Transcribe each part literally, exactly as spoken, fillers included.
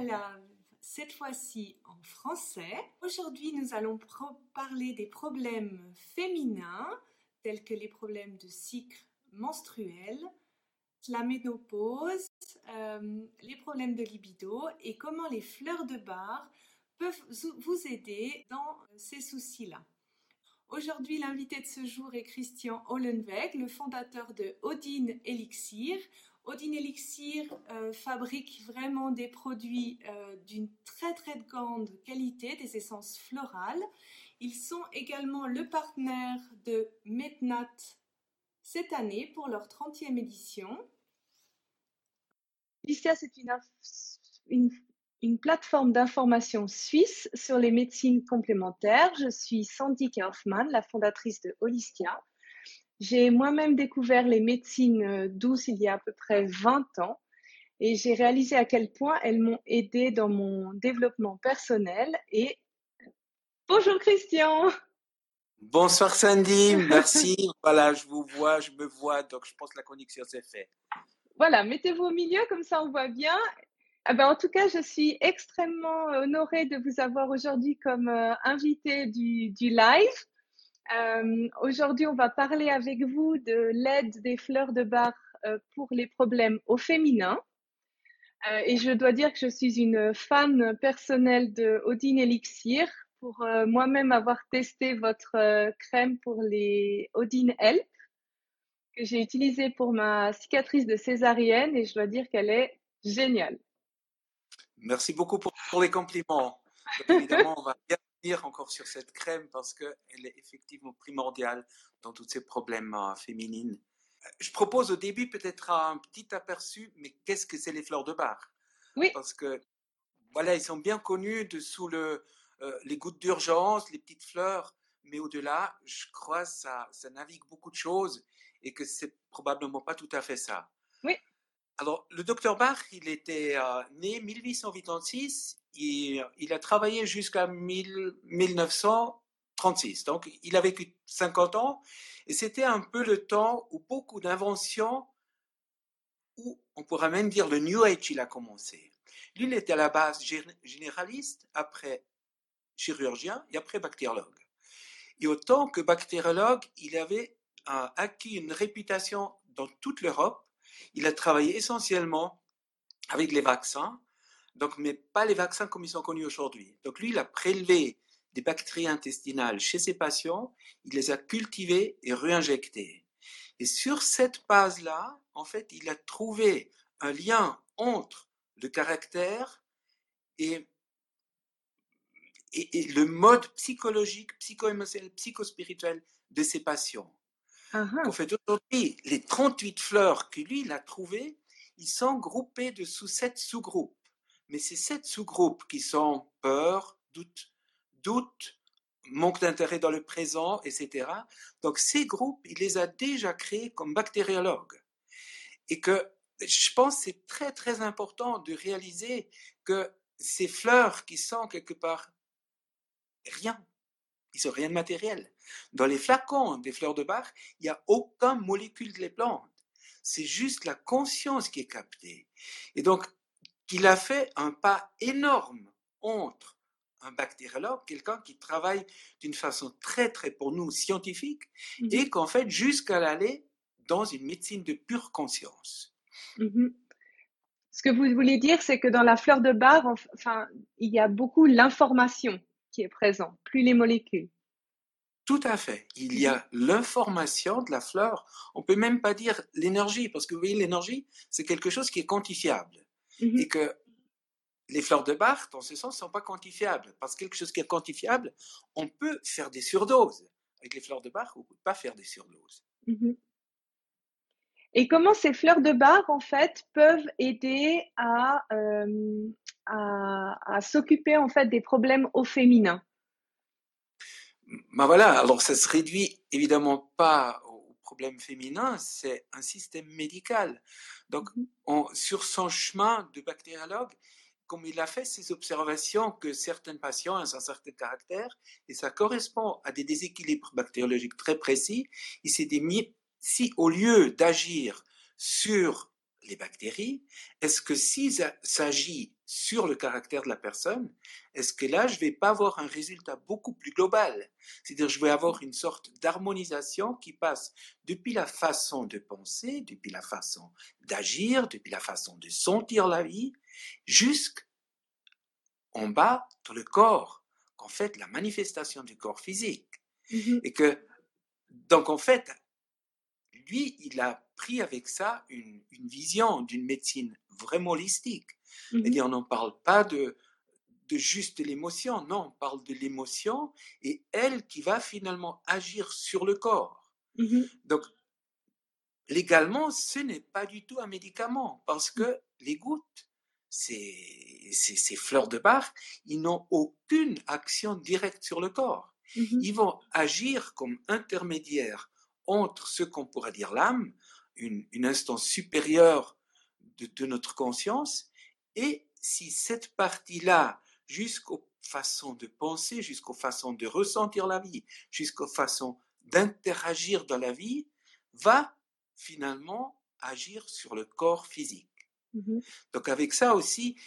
voilà, cette fois-ci en français. Aujourd'hui, nous allons parler des problèmes féminins, tels que les problèmes de cycle menstruel, la ménopause, euh, les problèmes de libido et comment les fleurs de bar peuvent vous aider dans ces soucis-là. Aujourd'hui, l'invité de ce jour est Christian Hollenweg, le fondateur de Odin Elixir. Odin Elixir euh, fabrique vraiment des produits euh, d'une très très grande qualité, des essences florales. Ils sont également le partenaire de Mednat cette année pour leur trentième édition. Lycia, c'est une, une, une plateforme d'information suisse sur les médecines complémentaires. Je suis Sandy Kaufmann, la fondatrice de Holistia. J'ai moi-même découvert les médecines douces il y a à peu près vingt ans et j'ai réalisé à quel point elles m'ont aidé dans mon développement personnel. Et bonjour Christian. Bonsoir Sandy, merci. Voilà, je vous vois, je me vois, donc je pense que la connexion s'est faite. Voilà, mettez-vous au milieu, comme ça on voit bien. Ah ben, en tout cas, je suis extrêmement honorée de vous avoir aujourd'hui comme euh, invité du, du live. Euh, aujourd'hui, on va parler avec vous de l'aide des fleurs de bar euh, pour les problèmes au féminin. Euh, et je dois dire que je suis une fan personnelle de Odin Elixir pour euh, moi-même avoir testé votre euh, crème pour les Odin Help que j'ai utilisée pour ma cicatrice de césarienne et je dois dire qu'elle est géniale. Merci beaucoup pour, pour les compliments. Donc évidemment, on va bien revenir encore sur cette crème parce qu'elle est effectivement primordiale dans tous ces problèmes euh, féminines. Je propose au début peut-être un petit aperçu, mais qu'est-ce que c'est les fleurs de bar? Oui. Parce que voilà, ils sont bien connus de sous le, euh, les gouttes d'urgence, les petites fleurs, mais au-delà, je crois que ça, ça navigue beaucoup de choses et que c'est probablement pas tout à fait ça. Oui. Alors, le docteur Bach, il était euh, né en mille huit cent vingt-six et il a travaillé jusqu'à mille neuf cent trente-six. Donc, il a vécu cinquante ans et c'était un peu le temps où beaucoup d'inventions, où on pourrait même dire le New Age, il a commencé. Lui, il était à la base généraliste, après chirurgien et après bactériologue. Et autant que bactériologue, il avait euh, acquis une réputation dans toute l'Europe. Il a travaillé essentiellement avec les vaccins, donc, mais pas les vaccins comme ils sont connus aujourd'hui. Donc lui, il a prélevé des bactéries intestinales chez ses patients, il les a cultivées et réinjectées. Et sur cette base-là, en fait, il a trouvé un lien entre le caractère et, et, et le mode psychologique, psycho-émotionnel, psychospirituel de ses patients. Uh-huh. En fait, aujourd'hui, les trente-huit fleurs que lui, il a trouvées, ils sont groupés de sous sept sous-groupes. Mais ces sept sous-groupes qui sont peur, doute, doute, manque d'intérêt dans le présent, et cetera. Donc, ces groupes, il les a déjà créés comme bactériologues. Et que je pense que c'est très, très important de réaliser que ces fleurs qui sont quelque part rien, ils sont rien de matériel. Dans les flacons des fleurs de Bach, il n'y a aucun molécule de les plantes. C'est juste la conscience qui est captée. Et donc, qu'il a fait un pas énorme entre un bactériologue, quelqu'un qui travaille d'une façon très, très, pour nous, scientifique, mm-hmm. et qu'en fait, jusqu'à l'aller dans une médecine de pure conscience. Mm-hmm. Ce que vous voulez dire, c'est que dans la fleur de bar, enfin, il y a beaucoup l'information qui est présente, plus les molécules. Tout à fait. Il y a l'information de la fleur. On peut même pas dire l'énergie, parce que vous voyez, l'énergie, c'est quelque chose qui est quantifiable. Mm-hmm. Et que les fleurs de Bach, dans ce sens, ne sont pas quantifiables. Parce que quelque chose qui est quantifiable, on peut faire des surdoses. Avec les fleurs de Bach, on ne peut pas faire des surdoses. Mm-hmm. Et comment ces fleurs de bar, en fait, peuvent aider à, euh, à, à s'occuper, en fait, des problèmes au féminin? Ben voilà, alors ça se réduit évidemment pas aux problèmes féminins, c'est un système médical. Donc, on, sur son chemin de bactériologue, comme il a fait ces observations que certains patients ont un certain caractère, et ça correspond à des déséquilibres bactériologiques très précis, il s'est dit, si au lieu d'agir sur les bactéries, est-ce que s'il s'agit sur le caractère de la personne, est-ce que là, je ne vais pas avoir un résultat beaucoup plus global? C'est-à-dire, je vais avoir une sorte d'harmonisation qui passe depuis la façon de penser, depuis la façon d'agir, depuis la façon de sentir la vie, jusqu'en bas dans le corps, en fait, la manifestation du corps physique. Mhm. Et que, donc, en fait, lui, il a pris avec ça une, une vision d'une médecine vraiment holistique. Mhm. C'est-à-dire, on n'en parle pas de, de juste de l'émotion, non, on parle de l'émotion et elle qui va finalement agir sur le corps. Mhm. Donc, légalement, ce n'est pas du tout un médicament parce que les gouttes, ces, ces, ces fleurs de Bach, ils n'ont aucune action directe sur le corps. Mhm. Ils vont agir comme intermédiaires entre ce qu'on pourrait dire l'âme, une, une instance supérieure de, de notre conscience, et si cette partie-là, jusqu'aux façons de penser, jusqu'aux façons de ressentir la vie, jusqu'aux façons d'interagir dans la vie, va finalement agir sur le corps physique. Mhm. Donc avec ça aussi,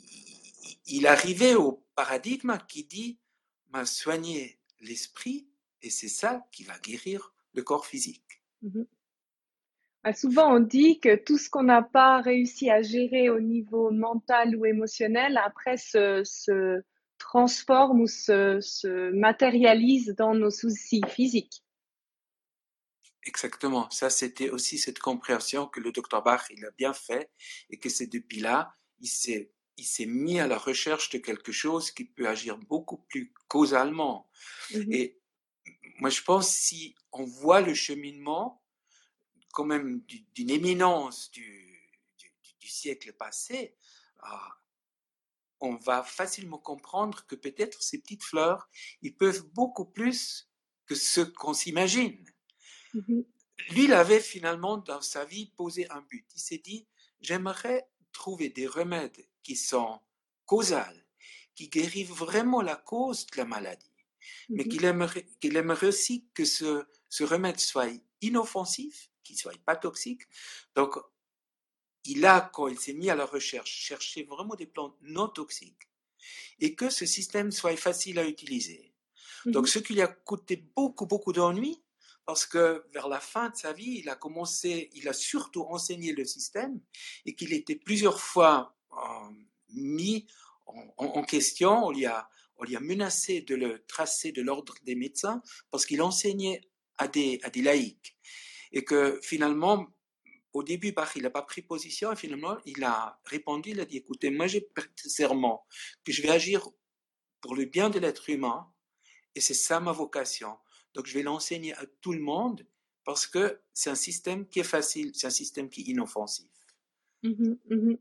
il arrivait au paradigme qui dit m'a soigné l'esprit et c'est ça qui va guérir le corps physique. Mhm. Ah, souvent, on dit que tout ce qu'on n'a pas réussi à gérer au niveau mental ou émotionnel, après se, se transforme ou se, se matérialise dans nos soucis physiques. Exactement. Ça, c'était aussi cette compréhension que le docteur Bach, il a bien fait et que c'est depuis là, il s'est, il s'est mis à la recherche de quelque chose qui peut agir beaucoup plus causalement. Mhm. Et moi, je pense si on voit le cheminement quand même d'une éminence du, du, du siècle passé, ah, on va facilement comprendre que peut-être ces petites fleurs, ils peuvent beaucoup plus que ce qu'on s'imagine. Mhm. Lui, il avait finalement dans sa vie posé un but. Il s'est dit, j'aimerais trouver des remèdes qui sont causales, qui guérissent vraiment la cause de la maladie, mais Mhm. qu'il aimerait, qu'il aimerait aussi que ce, ce remède soit inoffensif, qu'il ne soit pas toxique. Donc, il a, quand il s'est mis à la recherche, cherché vraiment des plantes non toxiques et que ce système soit facile à utiliser. Donc, Mhm. ce qui lui a coûté beaucoup, beaucoup d'ennuis, parce que vers la fin de sa vie, il a commencé, il a surtout enseigné le système et qu'il était plusieurs fois euh, mis en, en, en question. On lui, a, on lui a menacé de le tracer de l'ordre des médecins parce qu'il enseignait à des, à des laïcs. Et que finalement, au début, Bach, il n'a pas pris position et finalement, il a répondu, il a dit, écoutez, moi j'ai prêté serment que je vais agir pour le bien de l'être humain et c'est ça ma vocation. Donc je vais l'enseigner à tout le monde parce que c'est un système qui est facile, c'est un système qui est inoffensif. Mhm. Mhm.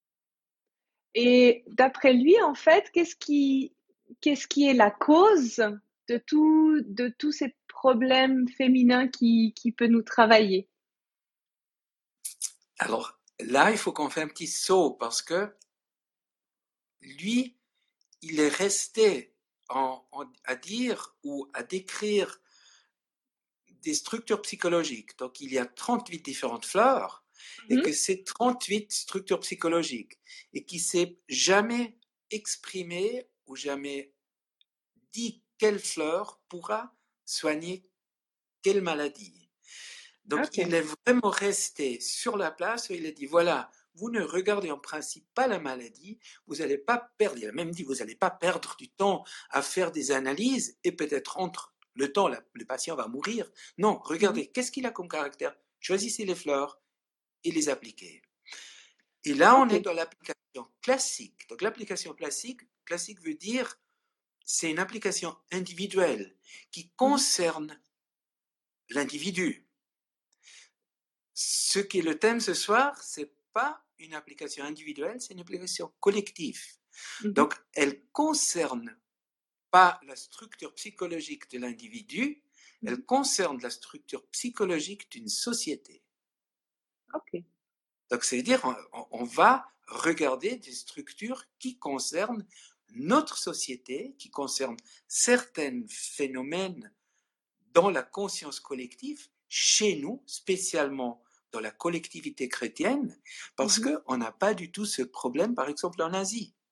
Et d'après lui, en fait, qu'est-ce qui, qu'est-ce qui est la cause de tout, de tous ces problèmes féminins qui, qui peut nous travailler? Alors là, il faut qu'on fasse un petit saut parce que lui, il est resté en, en, à dire ou à décrire des structures psychologiques. Donc il y a trente-huit différentes fleurs et Mhm. que c'est trente-huit structures psychologiques et qui s'est jamais exprimé ou jamais dit quelle fleur pourra soigner quelle maladie. Donc Ok. il est vraiment resté sur la place où il a dit voilà, vous ne regardez en principe pas la maladie, vous n'allez pas perdre, il a même dit vous n'allez pas perdre du temps à faire des analyses et peut-être entre le temps, la, le patient va mourir. Non, Mhm. regardez, qu'est-ce qu'il a comme caractère? Choisissez les fleurs et les appliquez. Et là, on Ok. est dans l'application classique. Donc l'application classique, classique veut dire c'est une application individuelle qui Mhm. concerne l'individu. Ce qui est le thème ce soir, c'est pas une application individuelle, c'est une application collective. Mhm. Donc, elle concerne pas la structure psychologique de l'individu, elle Mhm. concerne la structure psychologique d'une société. Ok. Donc, c'est-à-dire, on, on va regarder des structures qui concernent notre société, qui concernent certains phénomènes dans la conscience collective, chez nous, spécialement dans la collectivité chrétienne, parce Mhm. qu'on n'a pas du tout ce problème, par exemple, en Asie.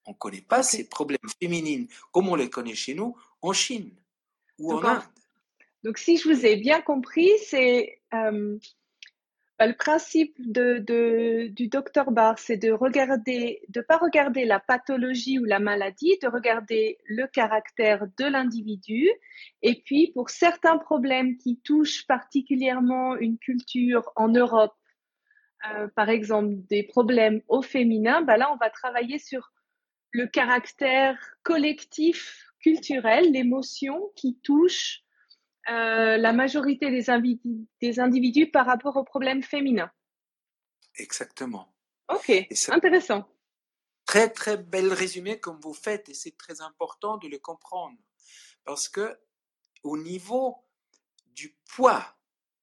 On ne connaît pas Ok. ces problèmes féminines comme on les connaît chez nous en Chine ou Donc, en en- Inde. donc, si je vous ai bien compris, c'est euh, bah, le principe de, de- du docteur Barr, c'est de regarder, de pas regarder la pathologie ou la maladie, de regarder le caractère de l'individu. Et puis, pour certains problèmes qui touchent particulièrement une culture en Europe, euh, par exemple des problèmes au féminin, bah là, on va travailler sur le caractère collectif culturel, l'émotion qui touche euh, la majorité des, individus, des individus par rapport aux problèmes féminins. Exactement. Ok, Et c'est intéressant. très, très bel résumé comme vous faites, et c'est très important de le comprendre. Parce que au niveau du poids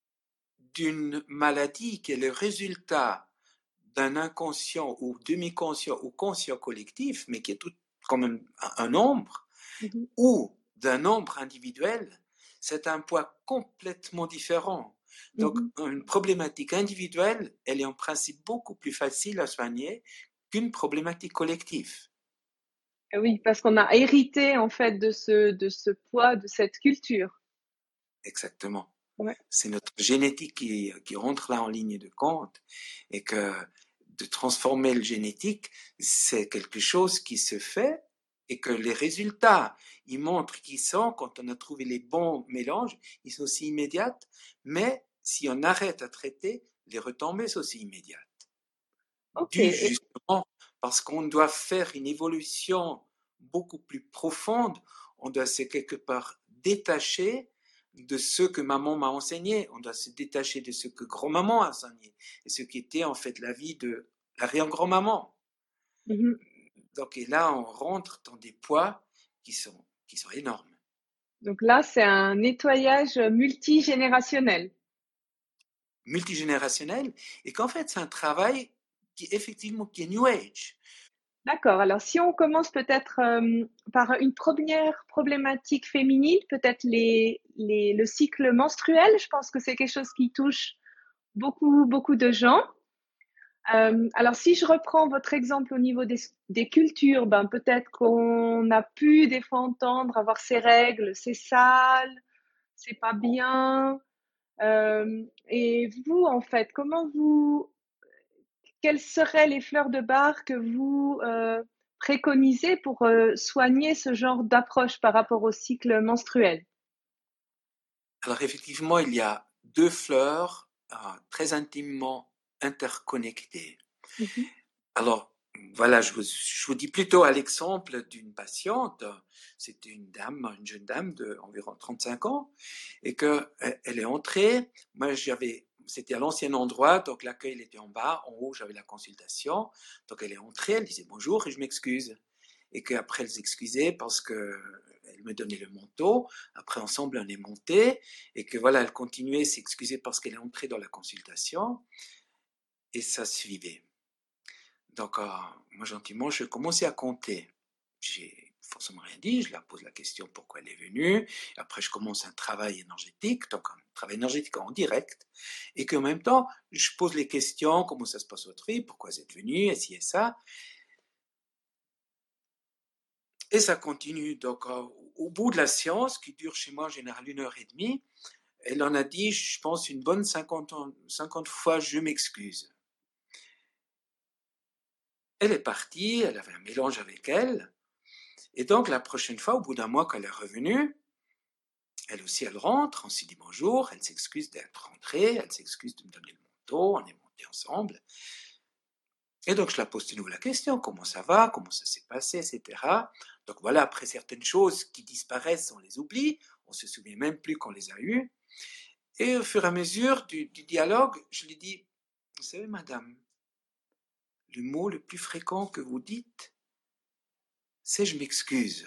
d'une maladie qui est le résultat d'un inconscient ou demi-conscient ou conscient collectif, mais qui est tout quand même un nombre, Mhm. ou d'un nombre individuel, c'est un poids complètement différent. Donc, Mhm. une problématique individuelle, elle est en principe beaucoup plus facile à soigner qu'une problématique collective. Oui, parce qu'on a hérité en fait de ce, de ce poids, de cette culture. Exactement. Ouais. C'est notre génétique qui, qui rentre là en ligne de compte, et que de transformer le génétique, c'est quelque chose qui se fait, et que les résultats, ils montrent qu'ils sont, quand on a trouvé les bons mélanges, ils sont aussi immédiats, mais si on arrête à traiter, les retombées sont aussi immédiates. Ok. Dû Et, justement parce qu'on doit faire une évolution beaucoup plus profonde, on doit se quelque part détacher de ce que maman m'a enseigné, on doit se détacher de ce que grand-maman a enseigné, et ce qui était en fait la vie de l'arrière-grand-maman. mhm. Donc, et là, on rentre dans des poids qui sont, qui sont énormes. Donc là, c'est un nettoyage multigénérationnel. Multigénérationnel, et qu'en fait, c'est un travail qui effectivement qui est New Age. D'accord. Alors, si on commence peut-être euh, par une première problématique féminine, peut-être les, les, le cycle menstruel, je pense que c'est quelque chose qui touche beaucoup, beaucoup de gens. Euh, alors, si je reprends votre exemple au niveau des, des cultures, ben, peut-être qu'on a pu des fois entendre avoir ses règles, c'est sale, c'est pas bien. Euh, et vous, en fait, comment vous, quelles seraient les fleurs de bar que vous euh, préconisez pour euh, soigner ce genre d'approche par rapport au cycle menstruel? Alors effectivement, il y a deux fleurs euh, très intimement interconnectées. Mhm. Alors voilà, je vous, je vous dis plutôt à l'exemple d'une patiente. C'était une dame, une jeune dame d'environ trente-cinq ans, et que elle est entrée. Moi, j'avais, c'était à l'ancien endroit, donc l'accueil était en bas, en haut, j'avais la consultation. Donc elle est entrée, elle disait bonjour et je m'excuse. Et qu'après elle s'excusait parce que elle me donnait le manteau. Après, ensemble, on est monté, et que voilà, elle continuait à s'excuser parce qu'elle est entrée dans la consultation, et ça suivait. Donc, euh, moi, gentiment, je commençais à compter. J'ai forcément rien dit, je leur pose la question pourquoi elle est venue. Après, je commence un travail énergétique, donc un travail énergétique en direct, et qu'en même temps, je pose les questions, comment ça se passe votre vie, pourquoi vous êtes venue, et ci et ça. Et ça continue. Donc, euh, au bout de la séance, qui dure chez moi en général une heure et demie, elle en a dit, je pense, une bonne cinquante, cinquante fois, je m'excuse. Elle est partie, elle avait un mélange avec elle. Et donc, la prochaine fois, au bout d'un mois qu'elle est revenue, elle aussi, elle rentre, on s'est dit bonjour, elle s'excuse d'être rentrée, elle s'excuse de me donner le manteau, on est montés ensemble. Et donc, je la pose de nouveau la question, comment ça va, comment ça s'est passé, et cetera. Donc voilà, après certaines choses qui disparaissent, on les oublie, on ne se souvient même plus qu'on les a eues. Et au fur et à mesure du, du dialogue, je lui dis, vous savez, madame, le mot le plus fréquent que vous dites, c'est je m'excuse.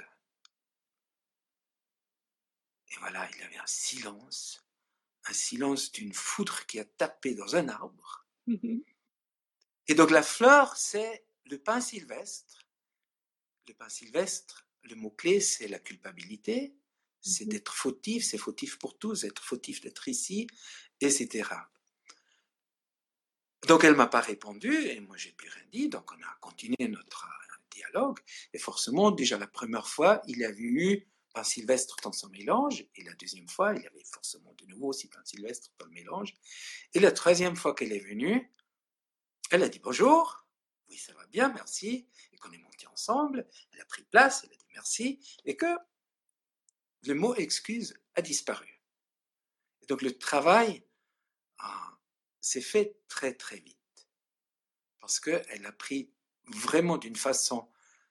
Et voilà, il y avait un silence, un silence d'une foudre qui a tapé dans un arbre. Mhm. Et donc la fleur, c'est le pin sylvestre. Le pin sylvestre, le mot-clé, c'est la culpabilité, c'est Mhm. d'être fautif, c'est fautif pour tous, être fautif d'être ici, et cetera. Donc elle ne m'a pas répondu, et moi j'ai plus rien dit, donc on a continué notre dialogue. Et forcément, déjà la première fois, il avait eu pain sylvestre dans son mélange. Et la deuxième fois, il y avait forcément de nouveau aussi pain sylvestre dans le mélange. Et la troisième fois qu'elle est venue, elle a dit bonjour. Oui, ça va bien, merci. Et qu'on est monté ensemble, elle a pris place, elle a dit merci. Et que le mot excuse a disparu. Et donc le travail ah, s'est fait très très vite. Parce qu'elle a pris vraiment d'une façon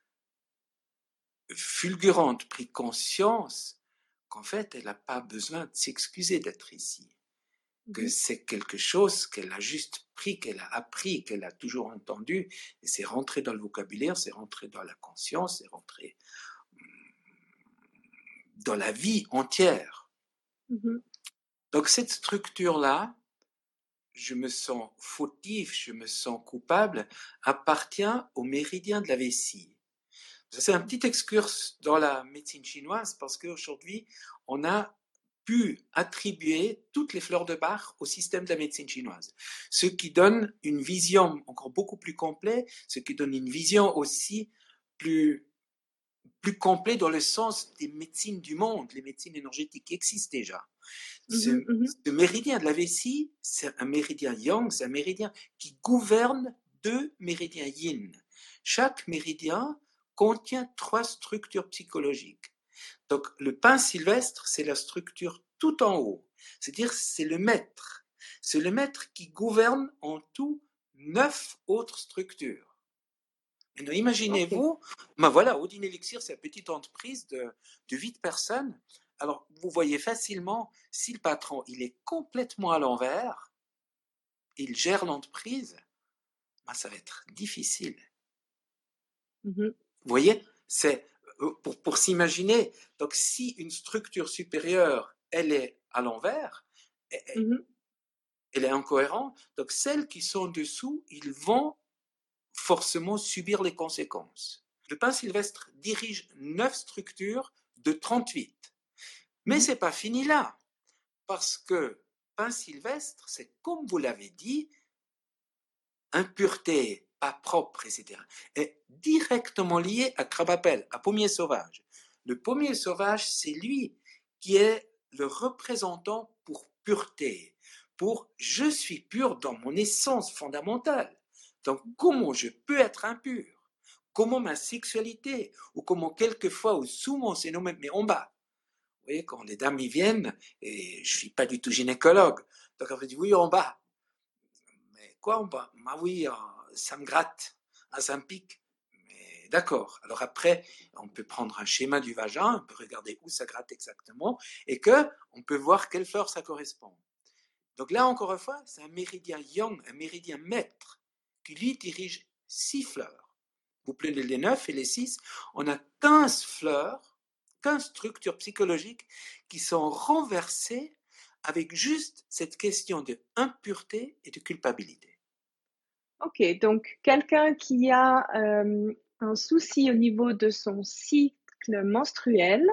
fulgurante, pris conscience qu'en fait, elle n'a pas besoin de s'excuser d'être ici. Que Mhm. c'est quelque chose qu'elle a juste pris, qu'elle a appris, qu'elle a toujours entendu, et c'est rentré dans le vocabulaire, c'est rentré dans la conscience, c'est rentré dans la vie entière. Mhm. Donc cette structure-là, je me sens fautif, je me sens coupable, appartient au méridien de la vessie. C'est un petit excursus dans la médecine chinoise parce qu'aujourd'hui, on a pu attribuer toutes les fleurs de Bach au système de la médecine chinoise. Ce qui donne une vision encore beaucoup plus complète, ce qui donne une vision aussi plus, plus complète dans le sens des médecines du monde, les médecines énergétiques qui existent déjà. Ce, Mhm. Mhm. ce méridien de la vessie, c'est un méridien yang, c'est un méridien qui gouverne deux méridiens yin. Chaque méridien contient trois structures psychologiques. Donc le pain sylvestre, c'est la structure tout en haut, c'est-à-dire c'est le maître. C'est le maître qui gouverne en tout neuf autres structures. Maintenant, Ok. imaginez-vous, ben voilà, Odin Elixir, c'est une petite entreprise de, de huit personnes. Alors, vous voyez facilement, si le patron, il est complètement à l'envers, il gère l'entreprise, ben ça va être difficile. Mhm. Vous voyez, c'est pour, pour s'imaginer, donc si une structure supérieure, elle est à l'envers, elle, Mhm. elle est incohérente, donc celles qui sont dessous, ils vont forcément subir les conséquences. Le pain sylvestre dirige neuf structures de trente-huit. Mais Mhm. c'est pas fini là, parce que pain sylvestre, c'est comme vous l'avez dit, impureté, pas propre, et cetera, est directement lié à Krabapel, à pommier sauvage. Le pommier sauvage, c'est lui qui est le représentant pour pureté, pour je suis pur dans mon essence fondamentale. Donc comment je peux être impur? Comment ma sexualité, ou comment quelquefois, ou souvent, c'est non mais en bas. Vous voyez, quand les dames y viennent, et je ne suis pas du tout gynécologue, donc on me dit oui, en bas. Mais quoi en bas? Bah oui, ça me gratte, ça me pique. Mais d'accord. Alors après, on peut prendre un schéma du vagin, on peut regarder où ça gratte exactement, et que on peut voir quelle fleur ça correspond. Donc là, encore une fois, c'est un méridien yang, un méridien maître, qui lui dirige six fleurs. Vous prenez les neuf et les six, on a quinze fleurs, quinze structures psychologiques qui sont renversées avec juste cette question de impureté et de culpabilité. Ok, donc quelqu'un qui a euh, un souci au niveau de son cycle menstruel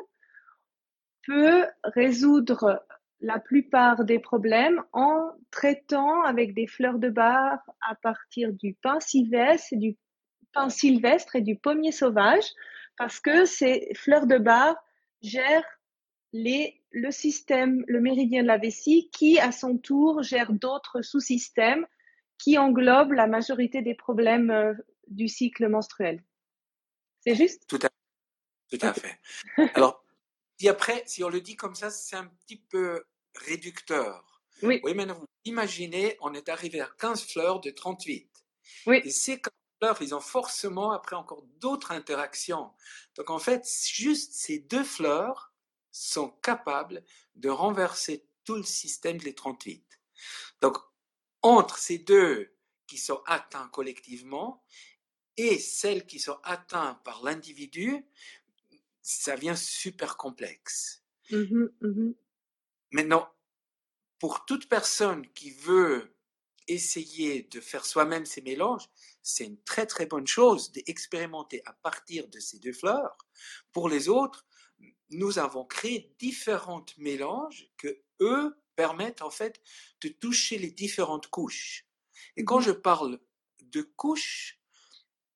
peut résoudre la plupart des problèmes en traitant avec des fleurs de bar à partir du pain sylvestre et du pain sylvestre et du pommier sauvage, parce que ces fleurs de bar gèrent les, le système, le méridien de la vessie, qui à son tour gère d'autres sous-systèmes qui englobent la majorité des problèmes euh, du cycle menstruel. C'est juste? Tout à, tout à Ok. fait. Alors, si après, si on le dit comme ça, c'est un petit peu réducteur. Oui, Oui, maintenant, vous imaginez, on est arrivé à quinze fleurs de trente-huit. oui. Et ces quinze fleurs, ils ont forcément après encore d'autres interactions. Donc en fait, juste ces deux fleurs sont capables de renverser tout le système des trente-huit. Donc entre ces deux qui sont atteints collectivement et celles qui sont atteintes par l'individu, ça devient super complexe. Mhm, mhm. Maintenant, pour toute personne qui veut essayer de faire soi-même ces mélanges, c'est une très très bonne chose d'expérimenter à partir de ces deux fleurs. Pour les autres, nous avons créé différents mélanges que eux permettent en fait de toucher les différentes couches. Et quand Mhm. je parle de couches,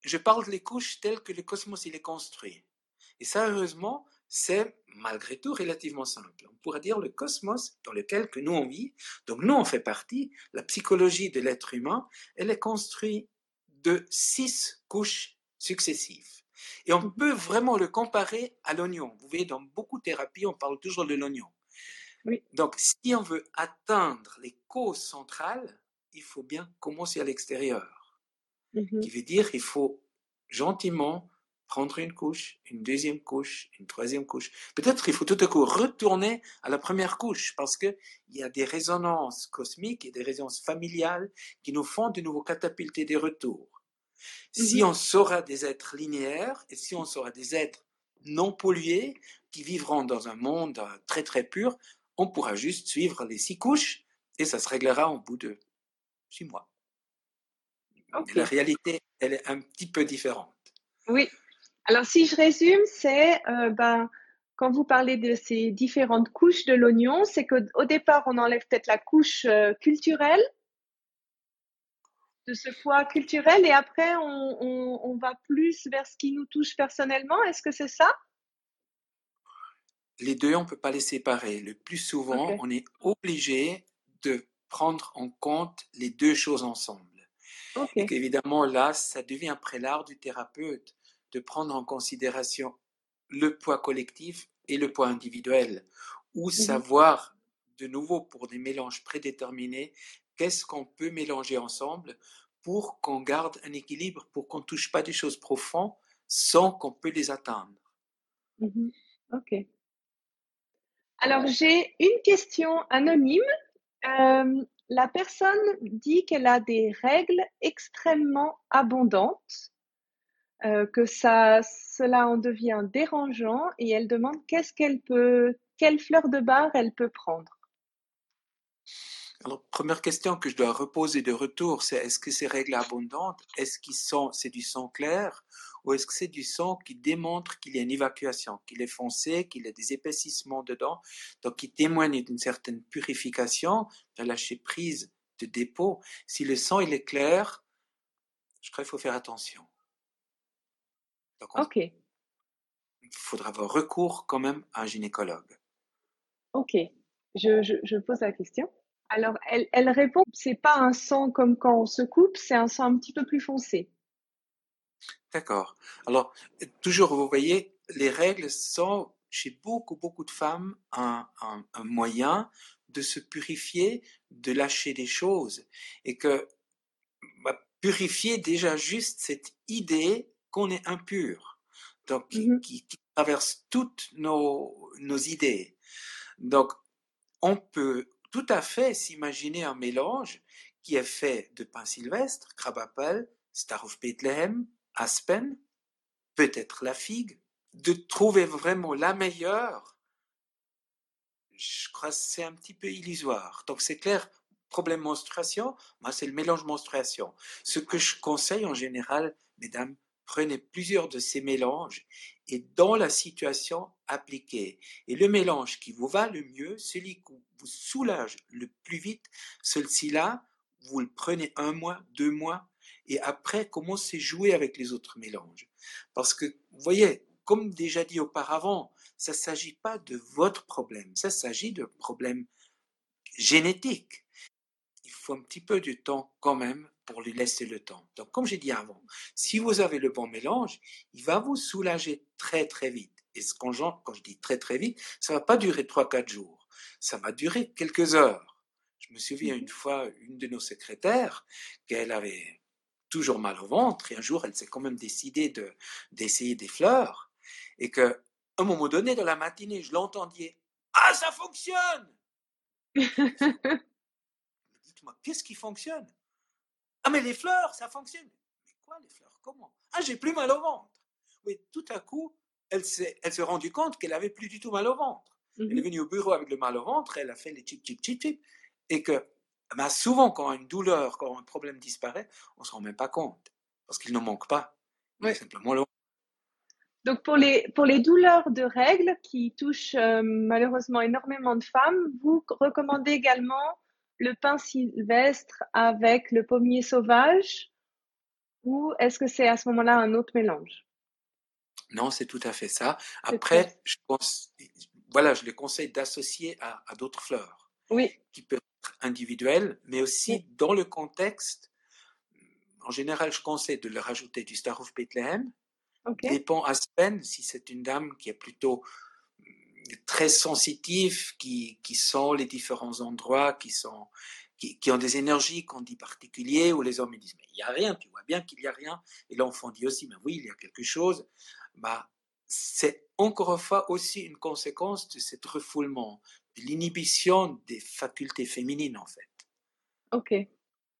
je parle des couches telles que le cosmos il est construit. Et ça, heureusement, c'est malgré tout relativement simple. On pourrait dire le cosmos dans lequel que nous on vit, donc nous on fait partie, la psychologie de l'être humain, elle est construite de six couches successives. Et on peut vraiment le comparer à l'oignon. Vous voyez, dans beaucoup de thérapies, on parle toujours de l'oignon. Oui. Donc, si on veut atteindre les causes centrales, il faut bien commencer à l'extérieur. Mhm. Qui veut dire qu'il faut gentiment prendre une couche, une deuxième couche, une troisième couche. Peut-être qu'il faut tout à coup retourner à la première couche parce qu'il y a des résonances cosmiques et des résonances familiales qui nous font de nouveau catapulter des retours. Si Mhm. on sera des êtres linéaires et si on sera des êtres non pollués qui vivront dans un monde très très pur, on pourra juste suivre les six couches et ça se réglera au bout de six mois. Ok. Mais la réalité, elle est un petit peu différente. Oui. Alors, si je résume, c'est euh, ben, quand vous parlez de ces différentes couches de l'oignon, c'est qu'au départ, on enlève peut-être la couche euh, culturelle, de ce poids culturel, et après, on, on, on va plus vers ce qui nous touche personnellement. Est-ce que c'est ça? Les deux, on ne peut pas les séparer. Le plus souvent, Ok. on est obligé de prendre en compte les deux choses ensemble. Ok. Et qu'évidemment, là, ça devient après l'art du thérapeute de prendre en considération le poids collectif et le poids individuel, ou Mhm. savoir, de nouveau, pour des mélanges prédéterminés, qu'est-ce qu'on peut mélanger ensemble pour qu'on garde un équilibre, pour qu'on ne touche pas des choses profondes sans qu'on peut les atteindre. Mhm. Ok. Alors, j'ai une question anonyme. Euh, la personne dit qu'elle a des règles extrêmement abondantes, euh, que ça, cela en devient dérangeant, et elle demande qu'est-ce qu'elle peut, quelle fleur de bar elle peut prendre. Alors, première question que je dois reposer de retour, c'est est-ce que ces règles abondantes, est-ce qu'ils sont, c'est du sang clair ou est-ce que c'est du sang qui démontre qu'il y a une évacuation, qu'il est foncé, qu'il y a des épaississements dedans, donc qui témoigne d'une certaine purification, d'un lâcher prise de dépôt. Si le sang il est clair, je crois qu'il faut faire attention. Donc, on, Ok, il faudra avoir recours quand même à un gynécologue. ok. Je, je, je pose la question. Alors, elle, elle répond, c'est pas un sang comme quand on se coupe, c'est un sang un petit peu plus foncé. D'accord. Alors, toujours, vous voyez, les règles sont, chez beaucoup, beaucoup de femmes, un, un, un moyen de se purifier, de lâcher des choses. Et que bah, purifier déjà juste cette idée qu'on est impur. Donc, qui, Mhm. qui, qui traverse toutes nos, nos idées. Donc, on peut tout à fait s'imaginer un mélange qui est fait de pain sylvestre, crabe apple, Star of Bethlehem, aspen, peut-être la figue, de trouver vraiment la meilleure, je crois que c'est un petit peu illusoire. Donc c'est clair, problème menstruation, moi c'est le mélange menstruation. Ce que je conseille en général, mesdames, prenez plusieurs de ces mélanges et dans la situation appliquée. Et le mélange qui vous va le mieux, celui qui vous soulage le plus vite, celui-ci-là, vous le prenez un mois, deux mois, et après commencez à jouer avec les autres mélanges. Parce que, vous voyez, comme déjà dit auparavant, ça ne s'agit pas de votre problème, ça s'agit de problèmes génétiques. Il faut un petit peu de temps quand même pour lui laisser le temps. Donc, comme j'ai dit avant, si vous avez le bon mélange, il va vous soulager très très vite. Et ce quand, quand je dis très très vite, ça ne va pas durer trois quatre jours, ça va durer quelques heures. Je me souviens une fois, une de nos secrétaires, qu'elle avait toujours mal au ventre, et un jour, elle s'est quand même décidée de, d'essayer des fleurs, et qu'à un moment donné, dans la matinée, je l'entendais « Ah, ça fonctionne !» Dites-moi, qu'est-ce qui fonctionne? Ah, mais les fleurs, ça fonctionne. Mais quoi, les fleurs? Comment? Ah, j'ai plus mal au ventre. Oui, tout à coup, elle s'est, elle s'est rendue compte qu'elle avait plus du tout mal au ventre. Elle est venue au bureau avec le mal au ventre, elle a fait les chip, chip, chip, chip, et que ben souvent, quand une douleur, quand un problème disparaît, on ne se rend même pas compte, parce qu'il ne manque pas. Il Oui. est simplement là. Donc, pour les, pour les douleurs de règles qui touchent euh, malheureusement énormément de femmes, vous recommandez également le pain sylvestre avec le pommier sauvage Ou est-ce que c'est à ce moment-là un autre mélange? Non, c'est tout à fait ça. C'est tout à Après, je pense, voilà, je les conseille d'associer à, à d'autres fleurs Oui, qui peuvent être individuelles, mais oui, aussi dans le contexte. En général, je conseille de leur rajouter du Star of Bethlehem, OK. des pans aspen, si c'est une dame qui est plutôt très sensitive, qui, qui sent les différents endroits, qui, sont, qui, qui ont des énergies qu'on dit particulières, où les hommes ils disent mais il n'y a rien, tu vois bien qu'il n'y a rien, et l'enfant dit aussi mais oui, il y a quelque chose. Bah, c'est encore une fois aussi une conséquence de ce refoulement, de l'inhibition des facultés féminines en fait. OK,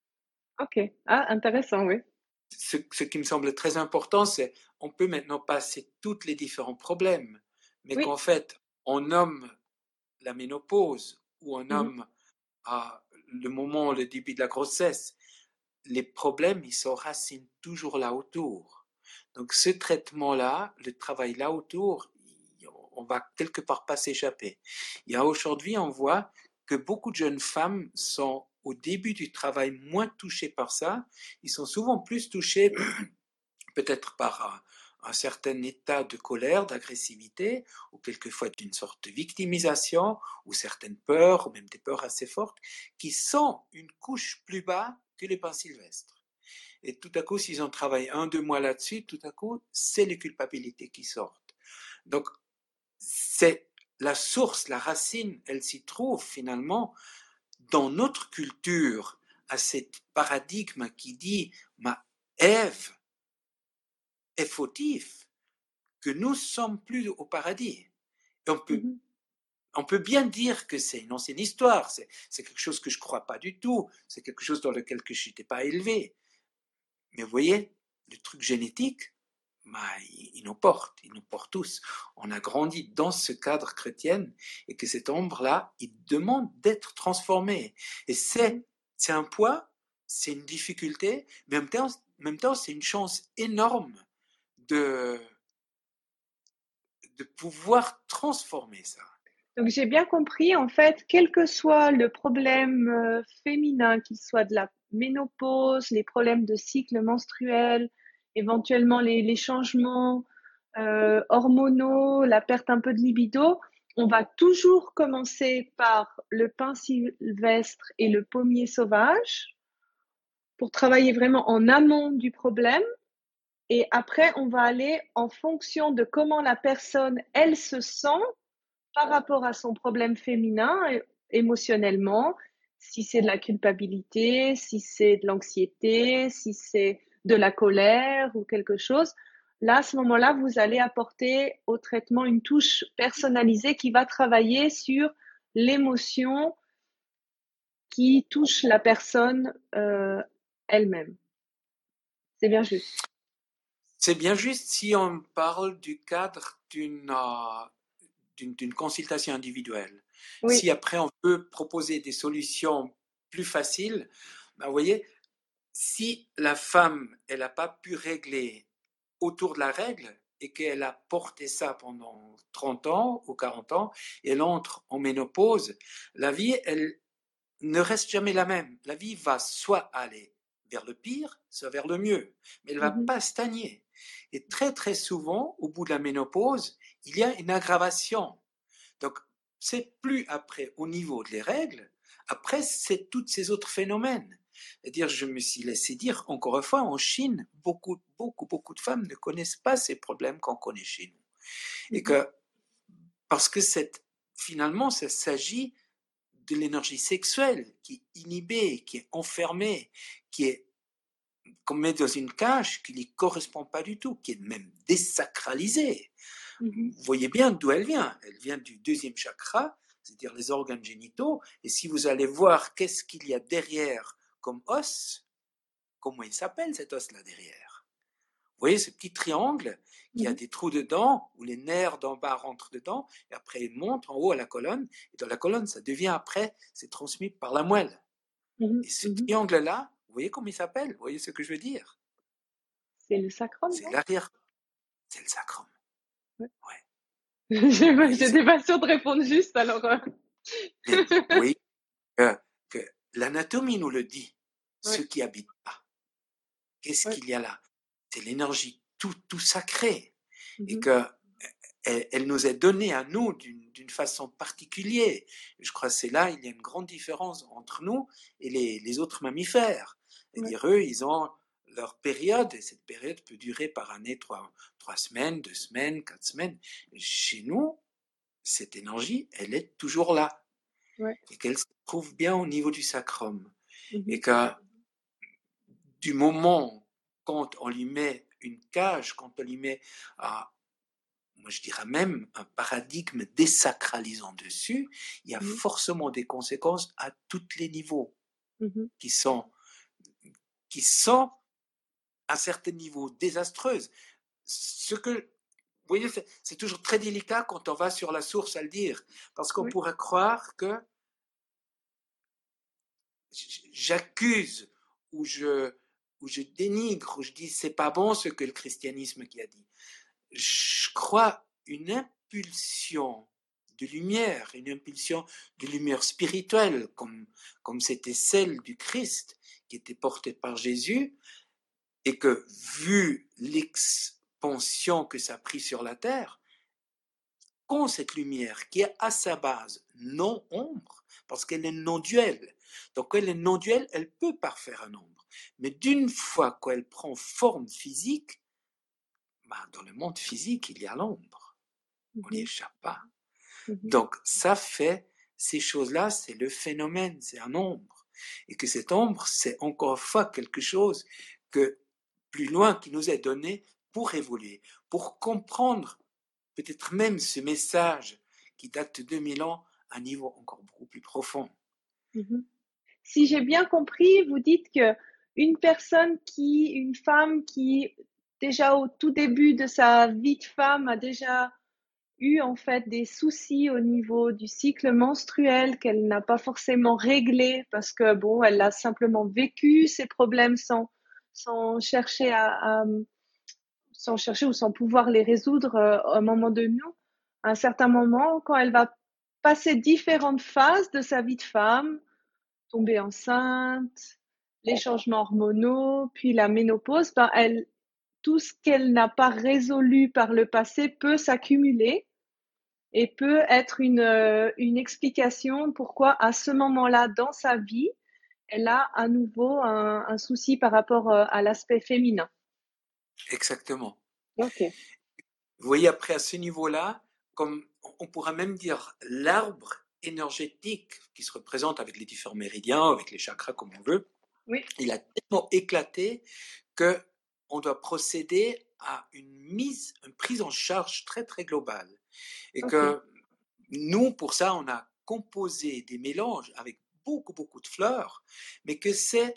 OK. Ah, intéressant, oui. Ce, ce qui me semble très important, c'est on peut maintenant passer tous les différents problèmes, mais Oui. qu'en fait, on nomme la ménopause ou on Mmh. nomme à le moment, le début de la grossesse, les problèmes, ils s'enracinent toujours là autour. Donc ce traitement-là, le travail là autour, on va quelque part pas s'échapper. Il y a aujourd'hui, on voit que beaucoup de jeunes femmes sont au début du travail moins touchées par ça. Ils sont souvent plus touchés peut-être par un, un certain état de colère, d'agressivité, ou quelquefois d'une sorte de victimisation, ou certaines peurs, ou même des peurs assez fortes, qui sont une couche plus bas que les pins sylvestres. Et tout à coup, s'ils ont travaillé un, deux mois là-dessus, tout à coup, c'est les culpabilités qui sortent. Donc, c'est la source, la racine, elle s'y trouve finalement dans notre culture, à cet paradigme qui dit, ma Ève est fautif, que nous sommes plus au paradis. Et on peut, Mmh. on peut bien dire que c'est une ancienne histoire, c'est, c'est quelque chose que je ne crois pas du tout, c'est quelque chose dans lequel je n'étais pas élevé. Mais vous voyez, le truc génétique, bah, il, il nous porte, il nous porte tous. On a grandi dans ce cadre chrétien et que cette ombre-là, il demande d'être transformée. Et Mmh. c'est, c'est un poids, c'est une difficulté, mais en même temps, en même temps c'est une chance énorme de, de pouvoir transformer ça. Donc j'ai bien compris, en fait, quel que soit le problème, heu, féminin, qu'il soit de la ménopause, les problèmes de cycle menstruel, éventuellement les les changements, heu, hormonaux, la perte un peu de libido, on va toujours commencer par le pin sylvestre et le pommier sauvage pour travailler vraiment en amont du problème et après on va aller en fonction de comment la personne, elle se sent par rapport à son problème féminin, émotionnellement, si c'est de la culpabilité, si c'est de l'anxiété, si c'est de la colère ou quelque chose. Là, à ce moment-là, vous allez apporter au traitement une touche personnalisée qui va travailler sur l'émotion qui touche la personne euh, elle-même. C'est bien juste. C'est bien juste si on parle du cadre d'une, euh, d'une, d'une consultation individuelle. Oui. Si après on peut proposer des solutions plus faciles, ben, vous voyez, si la femme, elle n'a pas pu régler autour de la règle et qu'elle a porté ça pendant trente ans ou quarante ans, et elle entre en ménopause, la vie, elle ne reste jamais la même. La vie va soit aller vers le pire, soit vers le mieux, mais elle ne va Mhm. pas stagner. Et très très souvent, au bout de la ménopause, il y a une aggravation. Donc, c'est plus après au niveau des règles, après c'est tous ces autres phénomènes. C'est-à-dire, je me suis laissé dire, encore une fois, en Chine, beaucoup, beaucoup, beaucoup de femmes ne connaissent pas ces problèmes qu'on connaît chez nous. Et Mhm. que, parce que c'est, finalement, ça s'agit de l'énergie sexuelle qui est inhibée, qui est enfermée, qui est qu'on met dans une cage qui ne lui correspond pas du tout, qui est même désacralisée. Mhm. Vous voyez bien d'où elle vient. Elle vient du deuxième chakra, c'est-à-dire les organes génitaux. Et si vous allez voir qu'est-ce qu'il y a derrière comme os, comment il s'appelle cet os-là derrière? Vous voyez ce petit triangle qui a Mhm. des trous dedans, où les nerfs d'en bas rentrent dedans, et après ils montent en haut à la colonne, et dans la colonne, ça devient après, c'est transmis par la moelle. Mhm. Et ce Mhm. triangle-là, vous voyez comment il s'appelle? Vous voyez ce que je veux dire? C'est le sacrum, C'est non? l'arrière, c'est le sacrum. Ouais. Ouais. Vous voyez, c'est... J'étais pas sûre de répondre juste, alors. euh. Mais vous voyez que, que l'anatomie nous le dit, ce Oui. qui habite là. Qu'est-ce Oui. qu'il y a là? C'est l'énergie tout, tout sacrée. Et Mhm. que elle, elle nous est donnée à nous d'une, d'une façon particulière. Je crois que c'est là, il y a une grande différence entre nous et les, les autres mammifères. Oui. C'est-à-dire, eux, ils ont leur période, et cette période peut durer par année trois, trois semaines, deux semaines, quatre semaines. Chez nous, cette énergie, elle est toujours là. Oui. Et qu'elle se trouve bien au niveau du sacrum. Mhm. Et que du moment quand on lui met une cage, quand on lui met, ah, moi je dirais même un paradigme désacralisant dessus, il y a Mhm. forcément des conséquences à tous les niveaux Mhm. qui sont, qui sont à certains niveaux désastreuses. Ce que, vous voyez, c'est, c'est toujours très délicat quand on va sur la source à le dire, parce qu'on Oui. pourrait croire que j'accuse ou je, ou je dénigre ou je dis c'est pas bon ce que le christianisme qui a dit. Je crois une impulsion de lumière, une impulsion de lumière spirituelle, comme, comme c'était celle du Christ qui était portée par Jésus, et que vu l'expansion que ça a pris sur la terre, quand cette lumière qui est à sa base non-ombre, parce qu'elle est non-duelle, donc elle est non-duelle, elle peut parfaire un ombre, mais d'une fois qu'elle prend forme physique, bah, dans le monde physique, il y a l'ombre. On n'y Mhm. échappe pas. Mhm. Donc, ça fait, ces choses-là, c'est le phénomène, c'est un ombre. Et que cette ombre, c'est encore une fois quelque chose que, plus loin, qui nous est donné pour évoluer, pour comprendre peut-être même ce message qui date de deux mille ans à un niveau encore beaucoup plus profond. Mhm. Si j'ai bien compris, vous dites que une personne qui, une femme qui, déjà au tout début de sa vie de femme, a déjà eu en fait des soucis au niveau du cycle menstruel qu'elle n'a pas forcément réglé parce que bon, elle a simplement vécu ces problèmes sans, sans chercher à, à sans chercher ou sans pouvoir les résoudre euh, à un moment de nous. À un certain moment, quand elle va passer différentes phases de sa vie de femme, tomber enceinte, les changements hormonaux, puis la ménopause, ben elle, tout ce qu'elle n'a pas résolu par le passé peut s'accumuler et peut être une, euh, une explication pourquoi à ce moment-là dans sa vie, elle a à nouveau un, un souci par rapport euh, à l'aspect féminin. Exactement. Ok. Vous voyez, après, à ce niveau-là, comme on pourrait même dire l'arbre énergétique qui se représente avec les différents méridiens, avec les chakras comme on veut, Oui. il a tellement éclaté que on doit procéder à une mise, une prise en charge très très globale. Et Ok. que nous, pour ça, on a composé des mélanges avec beaucoup beaucoup de fleurs, mais que c'est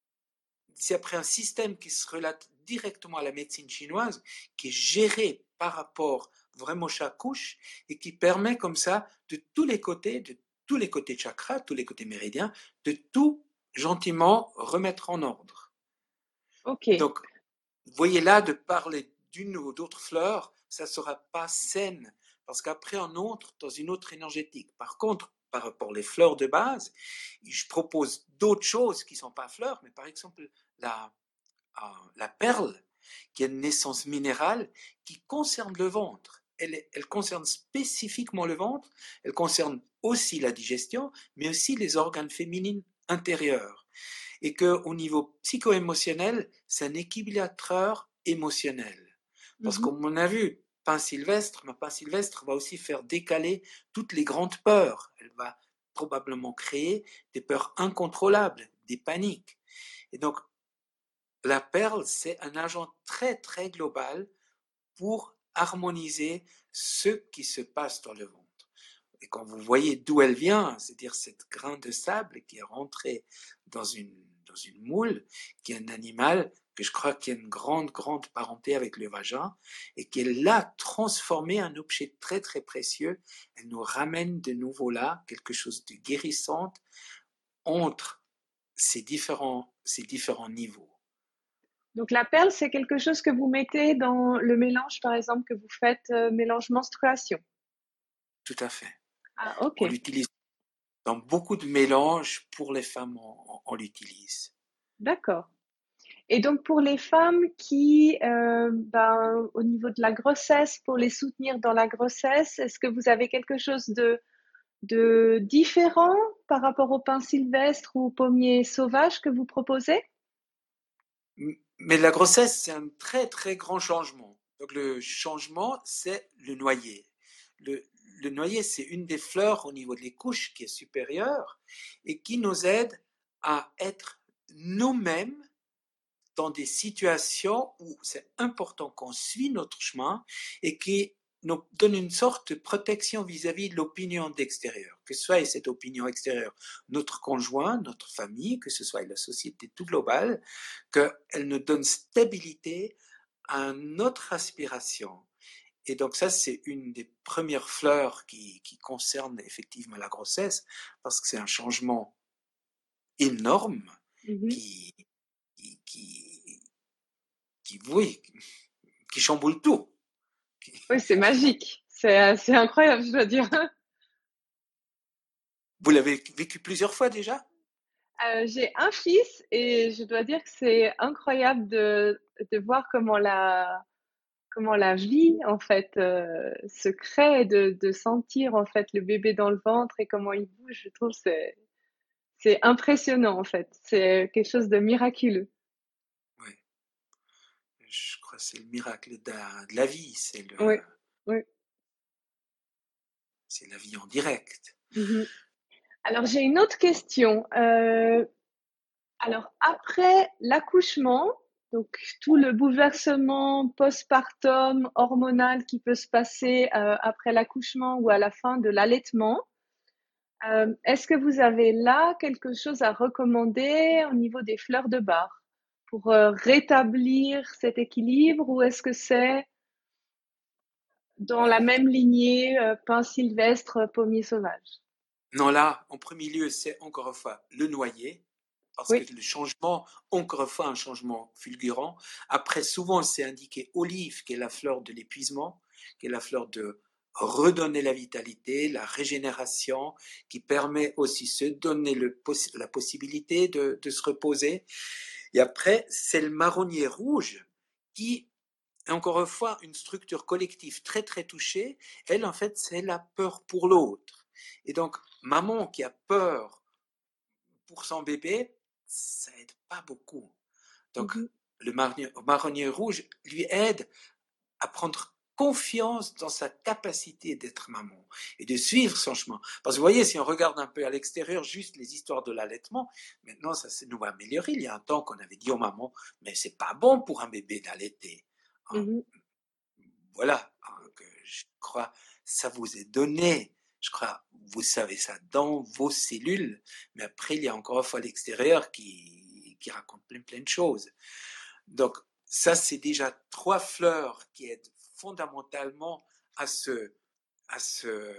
c'est après un système qui se relate directement à la médecine chinoise, qui est géré par rapport vraiment chaque couche et qui permet comme ça de tous les côtés, de tous les côtés chakras, tous les côtés méridiens, de tout gentiment remettre en ordre. Ok. Donc, vous voyez là, de parler d'une ou d'autre fleur, ça ne sera pas saine, parce qu'après on entre dans une autre énergétique. Par contre, par rapport aux fleurs de base, je propose d'autres choses qui ne sont pas fleurs, mais par exemple la, euh, la perle, qui est une naissance minérale qui concerne le ventre. Elle, elle concerne spécifiquement le ventre, elle concerne aussi la digestion, mais aussi les organes féminins intérieurs. Et qu'au niveau psycho-émotionnel, c'est un équilibrateur émotionnel. Parce Mhm. comme on a vu, pain sylvestre, ma pain sylvestre va aussi faire décaler toutes les grandes peurs. Elle va probablement créer des peurs incontrôlables, des paniques. Et donc, la perle, c'est un agent très très global pour harmoniser ce qui se passe dans le ventre. Et quand vous voyez d'où elle vient, c'est-à-dire cette grain de sable qui est rentré dans une, dans une moule, qui est un animal que je crois qui a une grande, grande parenté avec le vagin, et qu'elle l'a transformé en un objet très, très précieux, elle nous ramène de nouveau là quelque chose de guérissant entre ces différents, ces différents niveaux. Donc la perle, c'est quelque chose que vous mettez dans le mélange, par exemple, que vous faites euh, mélange menstruation. Tout à fait. Ah, ok. On l'utilise dans beaucoup de mélanges pour les femmes, on, on l'utilise. D'accord. Et donc pour les femmes qui, euh, ben, au niveau de la grossesse, pour les soutenir dans la grossesse, est-ce que vous avez quelque chose de, de différent par rapport au pin sylvestre ou au pommier sauvage que vous proposez? Mais la grossesse, c'est un très très grand changement. Donc le changement, c'est le noyer. Le, le noyer, c'est une des fleurs au niveau des couches qui est supérieure et qui nous aide à être nous-mêmes dans des situations où c'est important qu'on suit notre chemin et qui nous donne une sorte de protection vis-à-vis de l'opinion d'extérieur, que ce soit cette opinion extérieure, notre conjoint, notre famille, que ce soit la société tout globale, qu'elle nous donne stabilité à notre aspiration. Et donc ça, c'est une des premières fleurs qui, qui concerne effectivement la grossesse, parce que c'est un changement énorme Mhm. qui, qui, qui, qui, oui, qui chamboule tout. Oui, c'est magique. C'est, c'est incroyable, je dois dire. Vous l'avez vécu plusieurs fois déjà? Euh, j'ai un fils et je dois dire que c'est incroyable de, de voir comment la, comment la vie, en fait, euh, se crée, de, de sentir, en fait, le bébé dans le ventre et comment il bouge. Je trouve que c'est, c'est impressionnant, en fait. C'est quelque chose de miraculeux. Oui, je crois que c'est le miracle de la, de la vie, c'est le, Oui, oui. c'est la vie en direct. Mhm. Alors, j'ai une autre question. Euh, alors, après l'accouchement, donc tout le bouleversement postpartum hormonal qui peut se passer euh, après l'accouchement ou à la fin de l'allaitement, euh, est-ce que vous avez là quelque chose à recommander au niveau des fleurs de Bach pour euh, rétablir cet équilibre, ou est-ce que c'est dans la même lignée euh, pin sylvestre, pommier sauvage? Non, là, en premier lieu, c'est encore une fois le noyer, parce que Oui. le changement, encore une fois, un changement fulgurant. Après, souvent, c'est indiqué olive, qui est la fleur de l'épuisement, qui est la fleur de redonner la vitalité, la régénération, qui permet aussi de se donner le, la possibilité de, de se reposer. Et après, c'est le marronnier rouge qui est encore une fois une structure collective très très touchée. Elle, en fait, c'est la peur pour l'autre. Et donc, maman qui a peur pour son bébé, ça aide pas beaucoup. Donc, Mhm. le marronnier, marronnier rouge lui aide à prendre confiance dans sa capacité d'être maman et de suivre son chemin. Parce que vous voyez, si on regarde un peu à l'extérieur, juste les histoires de l'allaitement, maintenant ça s'est nous amélioré. Il y a un temps qu'on avait dit aux mamans, mais c'est pas bon pour un bébé d'allaiter. Hein. Mhm. Voilà, hein, que je crois ça vous est donné. Je crois vous savez ça dans vos cellules, mais après il y a encore une fois l'extérieur qui, qui raconte plein plein de choses. Donc ça c'est déjà trois fleurs qui aident fondamentalement à se, à se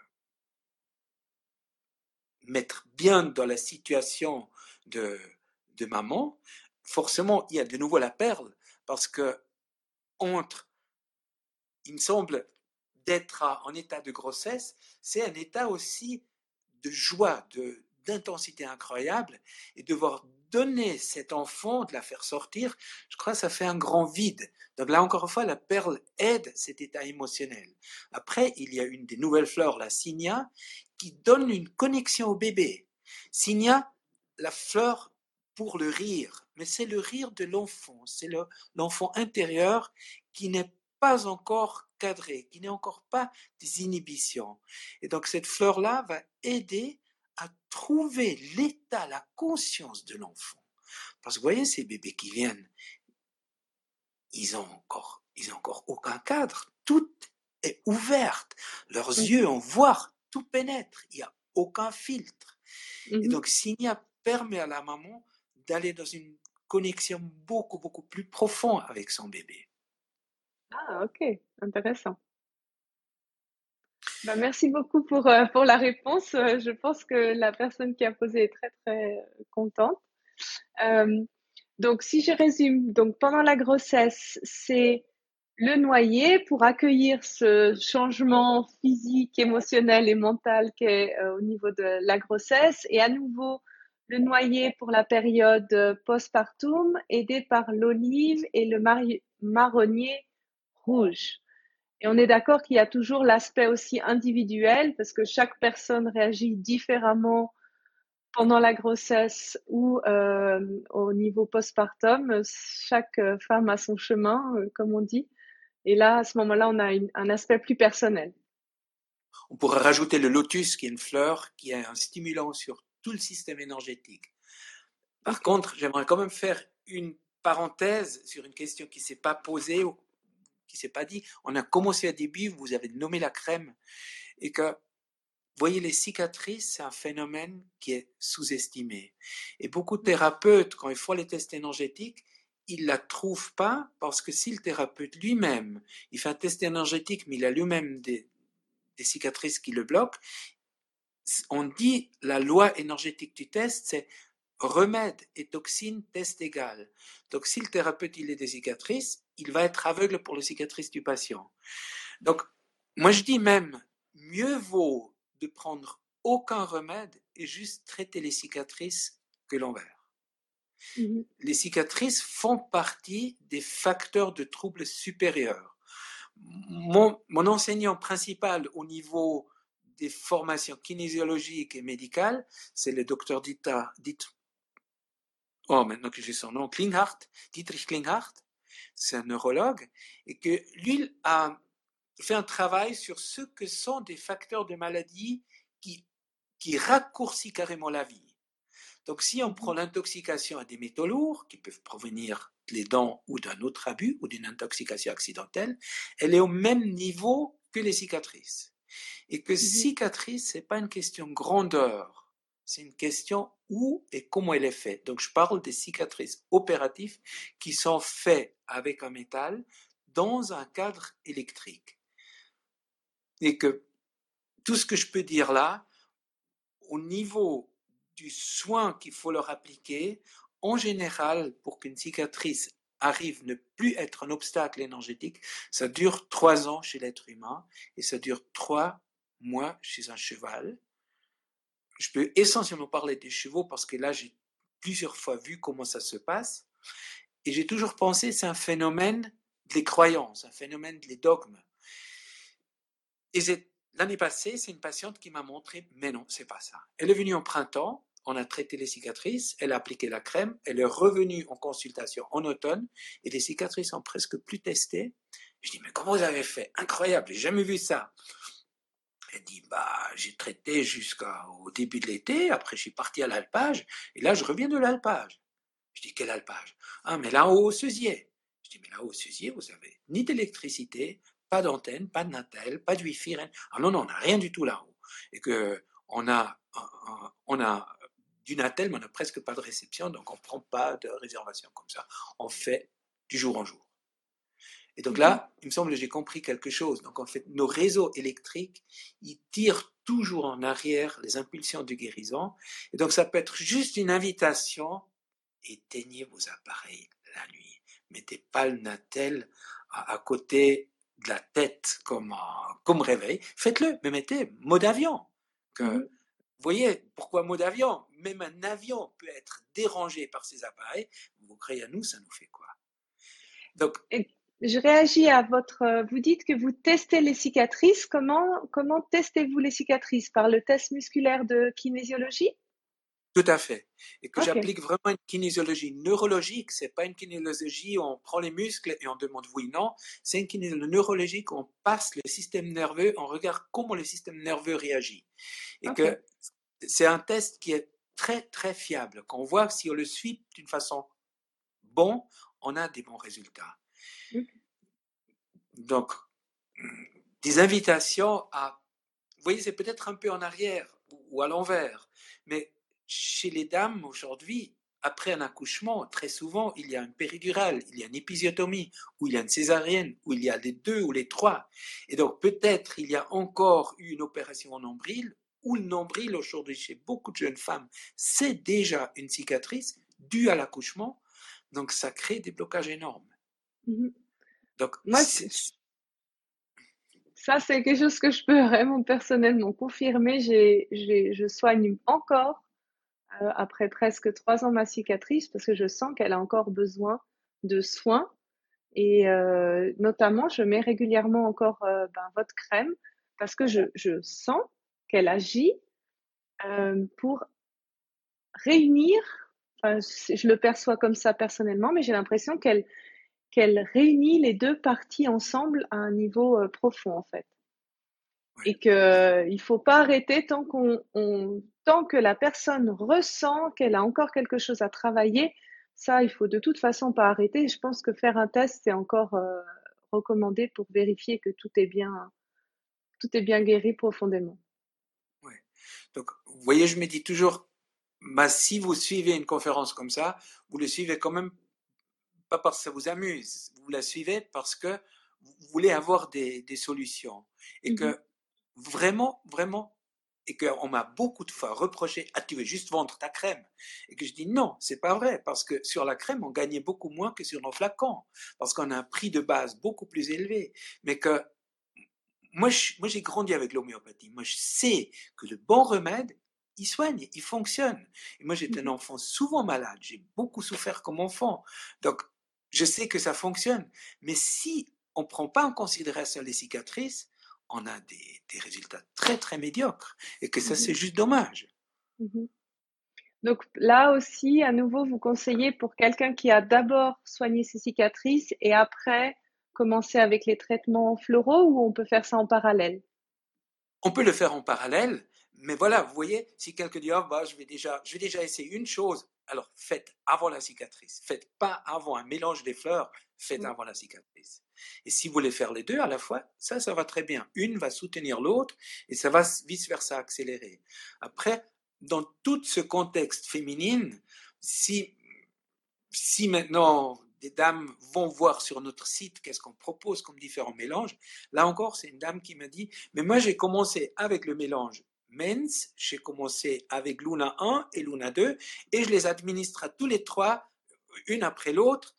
mettre bien dans la situation de, de maman. Forcément, il y a de nouveau la perle, parce que entre, il me semble, d'être en état de grossesse, c'est un état aussi de joie, de, d'intensité incroyable, et devoir donner cet enfant, de la faire sortir, je crois que ça fait un grand vide. Donc là, encore une fois, la perle aide cet état émotionnel. Après, il y a une des nouvelles fleurs, la cynia, qui donne une connexion au bébé. Cynia, la fleur pour le rire, mais c'est le rire de l'enfant, c'est le, l'enfant intérieur qui n'est pas encore cadré, qui n'est encore pas des inhibitions. Et donc cette fleur-là va aider à trouver l'état, la conscience de l'enfant. Parce que vous voyez, ces bébés qui viennent, ils ont encore, ils ont encore aucun cadre. Tout est ouvert. Leurs Mhm. yeux, on voit, tout pénètre. Il n'y a aucun filtre. Et Mhm. donc, Signia permet à la maman d'aller dans une connexion beaucoup, beaucoup plus profonde avec son bébé. Ah, ok, intéressant. Bah, merci beaucoup pour, euh, pour la réponse. Euh, je pense que la personne qui a posé est très, très euh, contente. Euh, donc, si je résume, donc pendant la grossesse, c'est le noyer pour accueillir ce changement physique, émotionnel et mental qu'est euh, au niveau de la grossesse, et à nouveau le noyer pour la période euh, postpartum, aidé par l'olive et le mari- marronnier rouge. Et on est d'accord qu'il y a toujours l'aspect aussi individuel parce que chaque personne réagit différemment pendant la grossesse ou euh, au niveau postpartum. Chaque euh, femme a son chemin, euh, comme on dit. Et là, à ce moment-là, on a une- un aspect plus personnel. On pourrait rajouter le lotus, qui est une fleur, qui est un stimulant sur tout le système énergétique. Par Ok. contre, j'aimerais quand même faire une parenthèse sur une question qui ne s'est pas posée ou qui ne s'est pas dit. On a commencé au début, vous avez nommé la crème, et que, vous voyez, les cicatrices, c'est un phénomène qui est sous-estimé. Et beaucoup de thérapeutes, quand ils font les tests énergétiques, ils ne la trouvent pas parce que si le thérapeute lui-même, il fait un test énergétique, mais il a lui-même des, des cicatrices qui le bloquent, on dit la loi énergétique du test, c'est remède et toxine, test égal. Donc, si le thérapeute il est des cicatrices, il va être aveugle pour les cicatrices du patient. Donc, moi je dis même, mieux vaut de prendre aucun remède et juste traiter les cicatrices que l'envers. Mhm. Les cicatrices font partie des facteurs de troubles supérieurs. Mon, mon enseignant principal au niveau des formations kinésiologiques et médicales, c'est le docteur Dita, Dit, oh, maintenant que j'ai son nom, Klinghardt, Dietrich Klinghardt, c'est un neurologue, et que lui a fait un travail sur ce que sont des facteurs de maladie qui, qui raccourcissent carrément la vie. Donc, si on prend l'intoxication à des métaux lourds, qui peuvent provenir des dents ou d'un autre abus ou d'une intoxication accidentelle, elle est au même niveau que les cicatrices. Et que cicatrice, ce n'est pas une question grandeur, c'est une question où et comment elle est faite. Donc, je parle des cicatrices opératives qui sont faites avec un métal dans un cadre électrique. Et que tout ce que je peux dire là, au niveau du soin qu'il faut leur appliquer, en général, pour qu'une cicatrice arrive ne plus être un obstacle énergétique, ça dure trois ans chez l'être humain et ça dure trois mois chez un cheval. Je peux essentiellement parler des chevaux parce que là, j'ai plusieurs fois vu comment ça se passe. Et j'ai toujours pensé, c'est un phénomène des croyances, un phénomène des dogmes. Et l'année passée, c'est une patiente qui m'a montré, mais non, c'est pas ça. Elle est venue en printemps, on a traité les cicatrices, elle a appliqué la crème, elle est revenue en consultation en automne, et les cicatrices sont presque plus testées. Je dis, mais comment vous avez fait? Incroyable, j'ai jamais vu ça. Elle dit, bah, j'ai traité jusqu'au début de l'été, après je suis parti à l'alpage, et là je reviens de l'alpage. Je dis, quel alpage? Ah, mais là-haut au Ceusier. Je dis, mais là-haut au Ceusier, vous avez ni d'électricité, pas d'antenne, pas de Natel, pas de Wi-Fi, rien. Ah non, non, on n'a rien du tout là-haut. Et qu'on a, on a du Natel, mais on n'a presque pas de réception, donc on ne prend pas de réservation comme ça. On fait du jour en jour. Et donc là, il me semble que j'ai compris quelque chose. Donc en fait, nos réseaux électriques, ils tirent toujours en arrière les impulsions de guérison. Et donc ça peut être juste une invitation, éteignez vos appareils la nuit. Mettez pas le Natel à, à côté de la tête comme, euh, comme réveil. Faites-le, mais mettez mode avion. Que, mm-hmm. Vous voyez, pourquoi mode avion? Même un avion peut être dérangé par ces appareils. Vous créez à nous, ça nous fait quoi? Donc, et je réagis à votre... Vous dites que vous testez les cicatrices. Comment, comment testez-vous les cicatrices? Par le test musculaire de kinésiologie? Tout à fait. Et que okay. J'applique vraiment une kinésiologie neurologique. C'est pas une kinésiologie où on prend les muscles et on demande oui, non. C'est une kinésiologie neurologique où on passe le système nerveux, on regarde comment le système nerveux réagit. Et okay. que c'est un test qui est très, très fiable. Quand on voit si on le suit d'une façon bonne, on a des bons résultats. Okay. Donc, des invitations à... Vous voyez, c'est peut-être un peu en arrière ou à l'envers, mais chez les dames aujourd'hui, après un accouchement, très souvent, il y a une péridurale, il y a une épisiotomie, ou il y a une césarienne, ou il y a les deux ou les trois. Et donc, peut-être, il y a encore eu une opération en nombril, ou le nombril, aujourd'hui, chez beaucoup de jeunes femmes, c'est déjà une cicatrice due à l'accouchement. Donc, ça crée des blocages énormes. Mm-hmm. Donc, moi, c'est... Ça, c'est quelque chose que je peux vraiment personnellement confirmer. J'ai, j'ai, je soigne encore euh, après presque trois ans ma cicatrice parce que je sens qu'elle a encore besoin de soins. Et euh, notamment, je mets régulièrement encore euh, ben, votre crème parce que je, je sens qu'elle agit euh, pour réunir, enfin, je le perçois comme ça personnellement, mais j'ai l'impression qu'elle qu'elle réunit les deux parties ensemble à un niveau euh, profond en fait. Ouais, Et qu'il ouais, ne faut pas arrêter tant, qu'on, on, tant que la personne ressent qu'elle a encore quelque chose à travailler. Ça, il faut de toute façon pas arrêter. Je pense que faire un test, c'est encore euh, recommandé pour vérifier que tout est bien, tout est bien guéri profondément. ouais. Donc, vous voyez, je me dis toujours, bah, si vous suivez une conférence comme ça, vous le suivez quand même pas parce que ça vous amuse, vous la suivez parce que vous voulez avoir des, des solutions. Et Mhm, que vraiment, vraiment, et qu'on m'a beaucoup de fois reproché, ah, tu veux juste vendre ta crème. Et que je dis non, c'est pas vrai, parce que sur la crème, on gagnait beaucoup moins que sur nos flacons, parce qu'on a un prix de base beaucoup plus élevé. Mais que moi, je, moi j'ai grandi avec l'homéopathie. Moi, je sais que le bon remède, il soigne, il fonctionne. Et moi, j'étais un mhm, enfant souvent malade. J'ai beaucoup souffert comme enfant. Donc, je sais que ça fonctionne. Mais si on ne prend pas en considération les cicatrices, on a des, des résultats très, très médiocres. Et que ça, mhm, c'est juste dommage. mhm. Donc là aussi, à nouveau, vous conseillez pour quelqu'un qui a d'abord soigné ses cicatrices et après commencer avec les traitements floraux ou on peut faire ça en parallèle? On peut le faire en parallèle, mais voilà, vous voyez, si quelqu'un dit, oh, bah, je, vais déjà, je vais déjà essayer une chose, alors faites avant la cicatrice. Faites pas avant un mélange des fleurs, faites Oui. avant la cicatrice. Et si vous voulez faire les deux à la fois, ça, ça va très bien. Une va soutenir l'autre et ça va vice-versa accélérer. Après, dans tout ce contexte féminin, si, si maintenant des dames vont voir sur notre site qu'est-ce qu'on propose comme différents mélanges, là encore, c'est une dame qui m'a dit, mais moi j'ai commencé avec le mélange Mens, j'ai commencé avec Luna un et Luna deux, et je les administre à tous les trois, une après l'autre,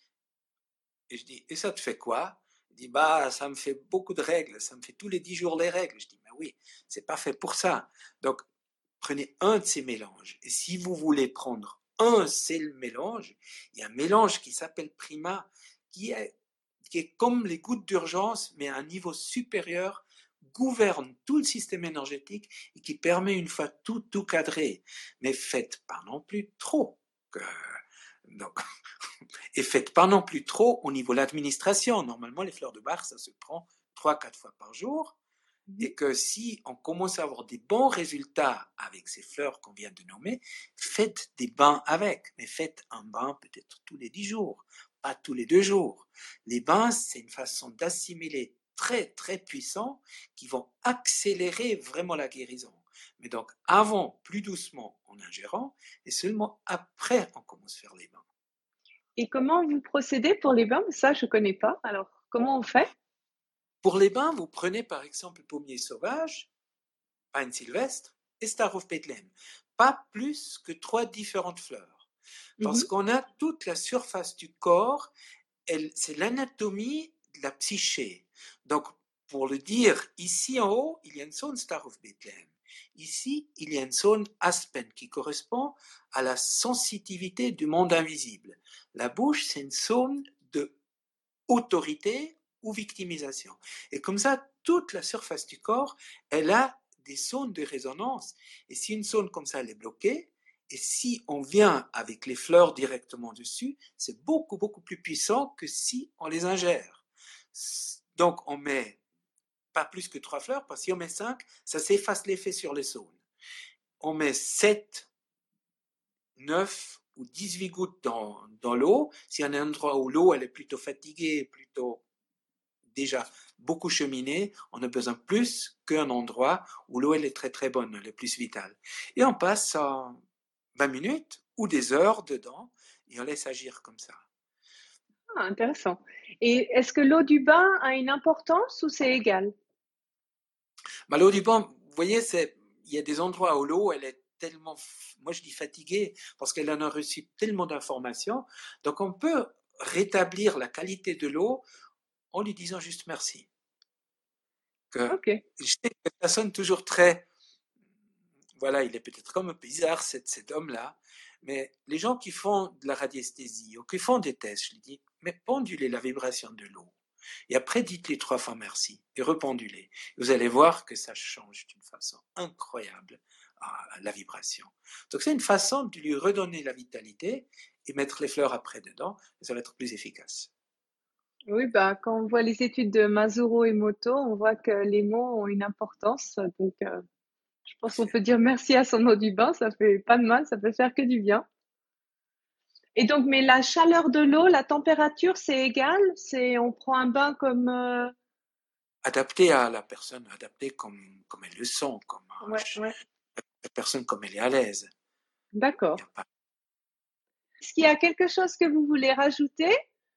et je dis, et ça te fait quoi? Il dit, bah, ça me fait beaucoup de règles, ça me fait tous les dix jours les règles. Je dis, mais oui, c'est pas fait pour ça. Donc, prenez un de ces mélanges. Et si vous voulez prendre un seul mélange, il y a un mélange qui s'appelle Prima, qui est, qui est comme les gouttes d'urgence, mais à un niveau supérieur, gouverne tout le système énergétique et qui permet une fois tout, tout cadré. Mais faites pas non plus trop. Que, donc, et faites pas non plus trop au niveau de l'administration. Normalement, les fleurs de Bach, ça se prend trois, quatre fois par jour. Mhm. Et que si on commence à avoir des bons résultats avec ces fleurs qu'on vient de nommer, faites des bains avec, mais faites un bain peut-être tous les dix jours, pas tous les deux jours. Les bains, c'est une façon d'assimiler très très puissant qui vont accélérer vraiment la guérison. Mais donc avant, plus doucement en ingérant, et seulement après, on commence à faire les bains. Et comment vous procédez pour les bains? Ça, je connais pas. Alors, comment on fait? Pour les bains, vous prenez par exemple pommier sauvage, Pine sylvestre et Star of Bethlehem. Pas plus que trois différentes fleurs. Parce Mhm. qu'on a toute la surface du corps, elle, c'est l'anatomie de la psyché. Donc, pour le dire, ici en haut, il y a une zone Star of Bethlehem. Ici, il y a une zone Aspen qui correspond à la sensitivité du monde invisible. La bouche, c'est une zone de autorité ou victimisation. Et comme ça, toute la surface du corps, elle a des zones de résonance. Et si une zone comme ça, elle est bloquée, et si on vient avec les fleurs directement dessus, c'est beaucoup, beaucoup plus puissant que si on les ingère. Donc, on met pas plus que trois fleurs, parce que si on met cinq, ça s'efface l'effet sur les zones. On met sept, neuf ou dix-huit gouttes dans, dans l'eau. S'il y a un endroit où l'eau, elle est plutôt fatiguée, plutôt déjà beaucoup cheminé, on a besoin plus qu'un endroit où l'eau elle est très très bonne, elle est plus vitale. Et on passe vingt minutes ou des heures dedans et on laisse agir comme ça. Ah, intéressant. Et est-ce que l'eau du bain a une importance ou c'est égal? Mais l'eau du bain, vous voyez, c'est, il y a des endroits où l'eau elle est tellement, moi je dis fatiguée, parce qu'elle en a reçu tellement d'informations, donc on peut rétablir la qualité de l'eau en lui disant juste merci. Que, Ok. je sais que ça sonne toujours très, voilà, il est peut-être comme bizarre cet, cet homme-là, mais les gens qui font de la radiesthésie ou qui font des tests, je lui dis, mais pendulez la vibration de l'eau. Et après, dites-les trois fois merci et rependulez. Vous allez voir que ça change d'une façon incroyable la vibration. Donc c'est une façon de lui redonner la vitalité et mettre les fleurs après dedans, et ça va être plus efficace. Oui, bah, quand on voit les études de Mazuro Emoto, on voit que les mots ont une importance. Donc, euh, je pense qu'on peut dire merci à son eau du bain. Ça fait pas de mal, ça peut faire que du bien. Et donc, mais la chaleur de l'eau, la température, c'est égal? C'est, on prend un bain comme, euh, Adapté à la personne, adapté comme, comme elle le sent, comme euh, ouais, ouais. la personne comme elle est à l'aise. Il y a D'accord. pas... Est-ce qu'il y a quelque chose que vous voulez rajouter?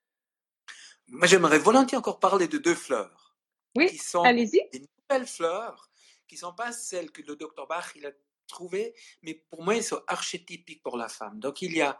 Moi, j'aimerais volontiers encore parler de deux fleurs, Oui, qui sont allez-y. des nouvelles fleurs, qui ne sont pas celles que le docteur Bach il a trouvées, mais pour moi, elles sont archétypiques pour la femme. Donc, il y a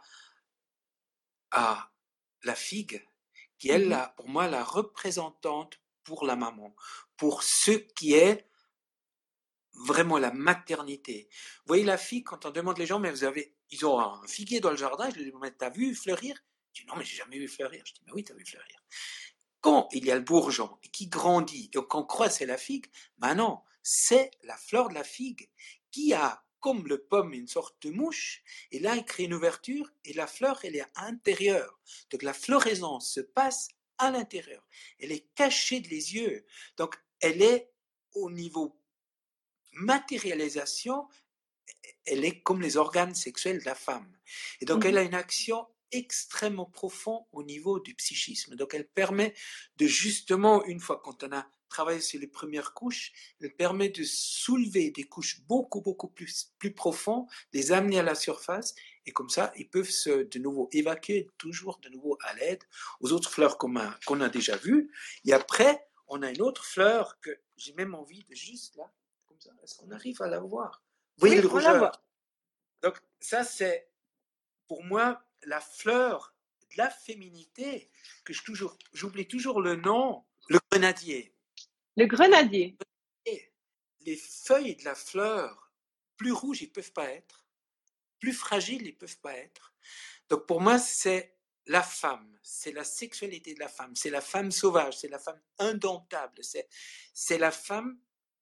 ah, la figue, qui est, Mhm, la, pour moi, la représentante pour la maman, pour ce qui est vraiment la maternité. Vous voyez la figue, quand on demande les gens, mais vous avez, ils ont un figuier dans le jardin, je lui dis, mais t'as vu fleurir? Je dis, non, mais j'ai jamais vu fleurir. Je dis, mais oui, t'as vu fleurir. Quand il y a le bourgeon qui grandit et qu'on croit c'est la figue, ben non, c'est la fleur de la figue qui a, comme le pomme, une sorte de mouche, et là, il crée une ouverture, et la fleur, elle est à l'intérieur. Donc la floraison se passe à l'intérieur. Elle est cachée de les yeux. Donc, elle est au niveau matérialisation, elle est comme les organes sexuels de la femme. Et donc, elle mhm. a une action extrêmement profonde au niveau du psychisme. Donc, elle permet de justement, une fois qu'on a travaillé sur les premières couches, elle permet de soulever des couches beaucoup, beaucoup plus, plus profondes, les amener à la surface, et comme ça, ils peuvent se, de nouveau évacuer, toujours de nouveau à l'aide aux autres fleurs qu'on a, qu'on a déjà vues. Et après, on a une autre fleur que j'ai même envie de juste là, comme ça, est-ce qu'on arrive à la voir? Vous voyez Oui, le on la voit. rougeur. Donc ça, c'est pour moi la fleur de la féminité, que je toujours, j'oublie toujours le nom, le grenadier. Le grenadier. Et les feuilles de la fleur, plus rouges ils peuvent pas être, plus fragiles ils peuvent pas être. Donc pour moi, c'est la femme, c'est la sexualité de la femme, c'est la femme sauvage, c'est la femme indomptable, c'est, c'est la femme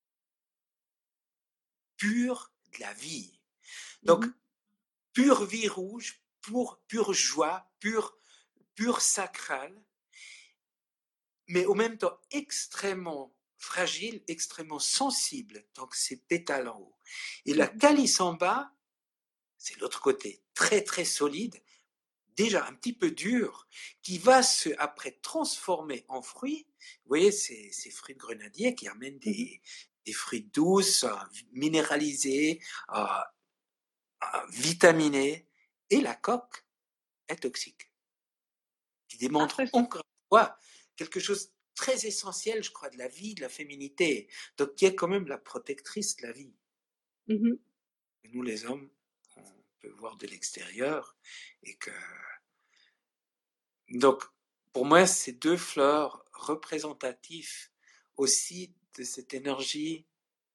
pure de la vie. Donc, Mhm, pure vie rouge, pure, pure joie, pure, pure sacrale, mais au même temps extrêmement fragile, extrêmement sensible, donc ses pétales en haut. Et la mhm. calice en bas, c'est l'autre côté, très très solide, déjà un petit peu dur, qui va se après transformer en fruits. Vous voyez ces, ces fruits de grenadier qui amènent Mhm. des, des fruits douces, minéralisés, euh, euh, vitaminés, et la coque est toxique, qui Ah, démontre ça, encore une fois quelque chose de très essentiel, je crois, de la vie, de la féminité, donc qui est quand même la protectrice de la vie. mhm. Et nous, les hommes, on peut voir de l'extérieur, et que donc pour moi, ces deux fleurs représentatives aussi de cette énergie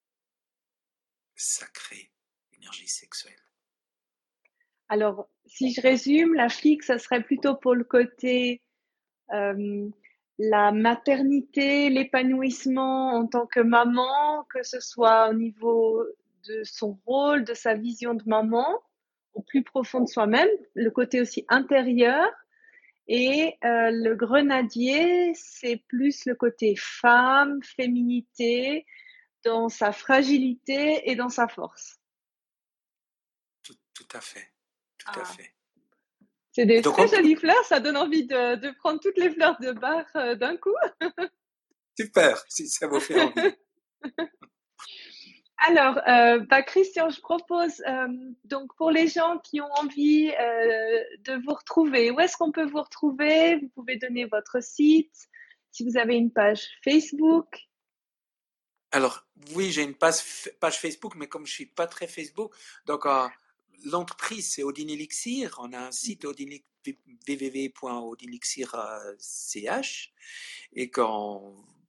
sacrée, énergie sexuelle. Alors, si je résume, la figue, ça serait plutôt pour le côté euh, la maternité, l'épanouissement en tant que maman, que ce soit au niveau de son rôle, de sa vision de maman, au plus profond de soi-même, le côté aussi intérieur. Et euh, le grenadier, c'est plus le côté femme, féminité, dans sa fragilité et dans sa force. Tout, tout à fait, tout à Ah. fait. C'est Et des donc très on peut, jolies fleurs, ça donne envie de, de prendre toutes les fleurs de bar euh, d'un coup. super, si ça vous fait envie. Alors, euh, bah, Christian, je propose, euh, donc pour les gens qui ont envie euh, de vous retrouver, où est-ce qu'on peut vous retrouver? Vous pouvez donner votre site, si vous avez une page Facebook. Alors, oui, j'ai une page, page Facebook, mais comme je suis pas très Facebook, donc euh, l'entreprise, c'est Odin Elixir. On a un site w w w point odin elixir point c h, et qu'on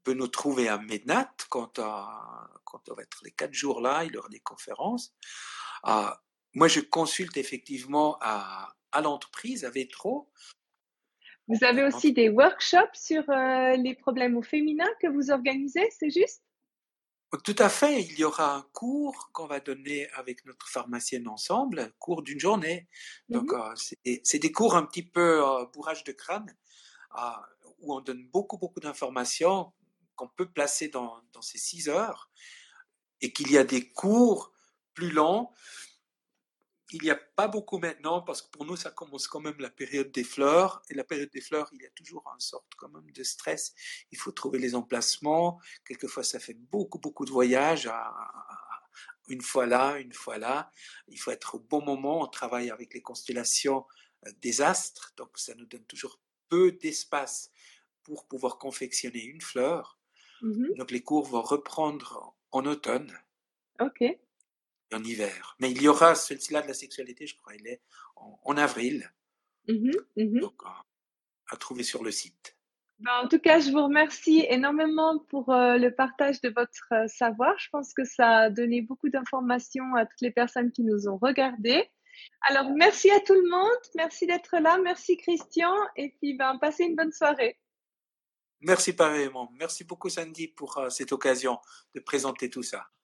peut nous trouver à Mednat quand, euh, quand on va être les quatre jours là, il y aura des conférences. Euh, moi, je consulte effectivement à, à l'entreprise, à Vétro. Vous avez aussi des workshops sur euh, les problèmes au féminin que vous organisez, c'est juste? Tout à fait, il y aura un cours qu'on va donner avec notre pharmacienne ensemble, un cours d'une journée. Donc, Mm-hmm. euh, c'est, c'est des cours un petit peu euh, bourrage de crâne, euh, où on donne beaucoup, beaucoup d'informations qu'on peut placer dans, dans ces six heures, et qu'il y a des cours plus longs. Il n'y a pas beaucoup maintenant, parce que pour nous, ça commence quand même la période des fleurs. Et la période des fleurs, il y a toujours une sorte quand même de stress. Il faut trouver les emplacements. Quelquefois, ça fait beaucoup, beaucoup de voyages. À, à, une fois là, une fois là. Il faut être au bon moment. On travaille avec les constellations des astres. Donc, ça nous donne toujours peu d'espace pour pouvoir confectionner une fleur. Mm-hmm. Donc, les cours vont reprendre en automne. Ok. En hiver. Mais il y aura celui-là de la sexualité, je crois, il est en, en avril. Mm-hmm. Mm-hmm. Donc, à, à trouver sur le site. Ben, en tout cas, je vous remercie énormément pour euh, le partage de votre euh, savoir. Je pense que ça a donné beaucoup d'informations à toutes les personnes qui nous ont regardés. Alors, merci à tout le monde. Merci d'être là. Merci Christian. Et puis, ben, passez une bonne soirée. Merci pareillement. Merci beaucoup Sandy pour uh, cette occasion de présenter tout ça.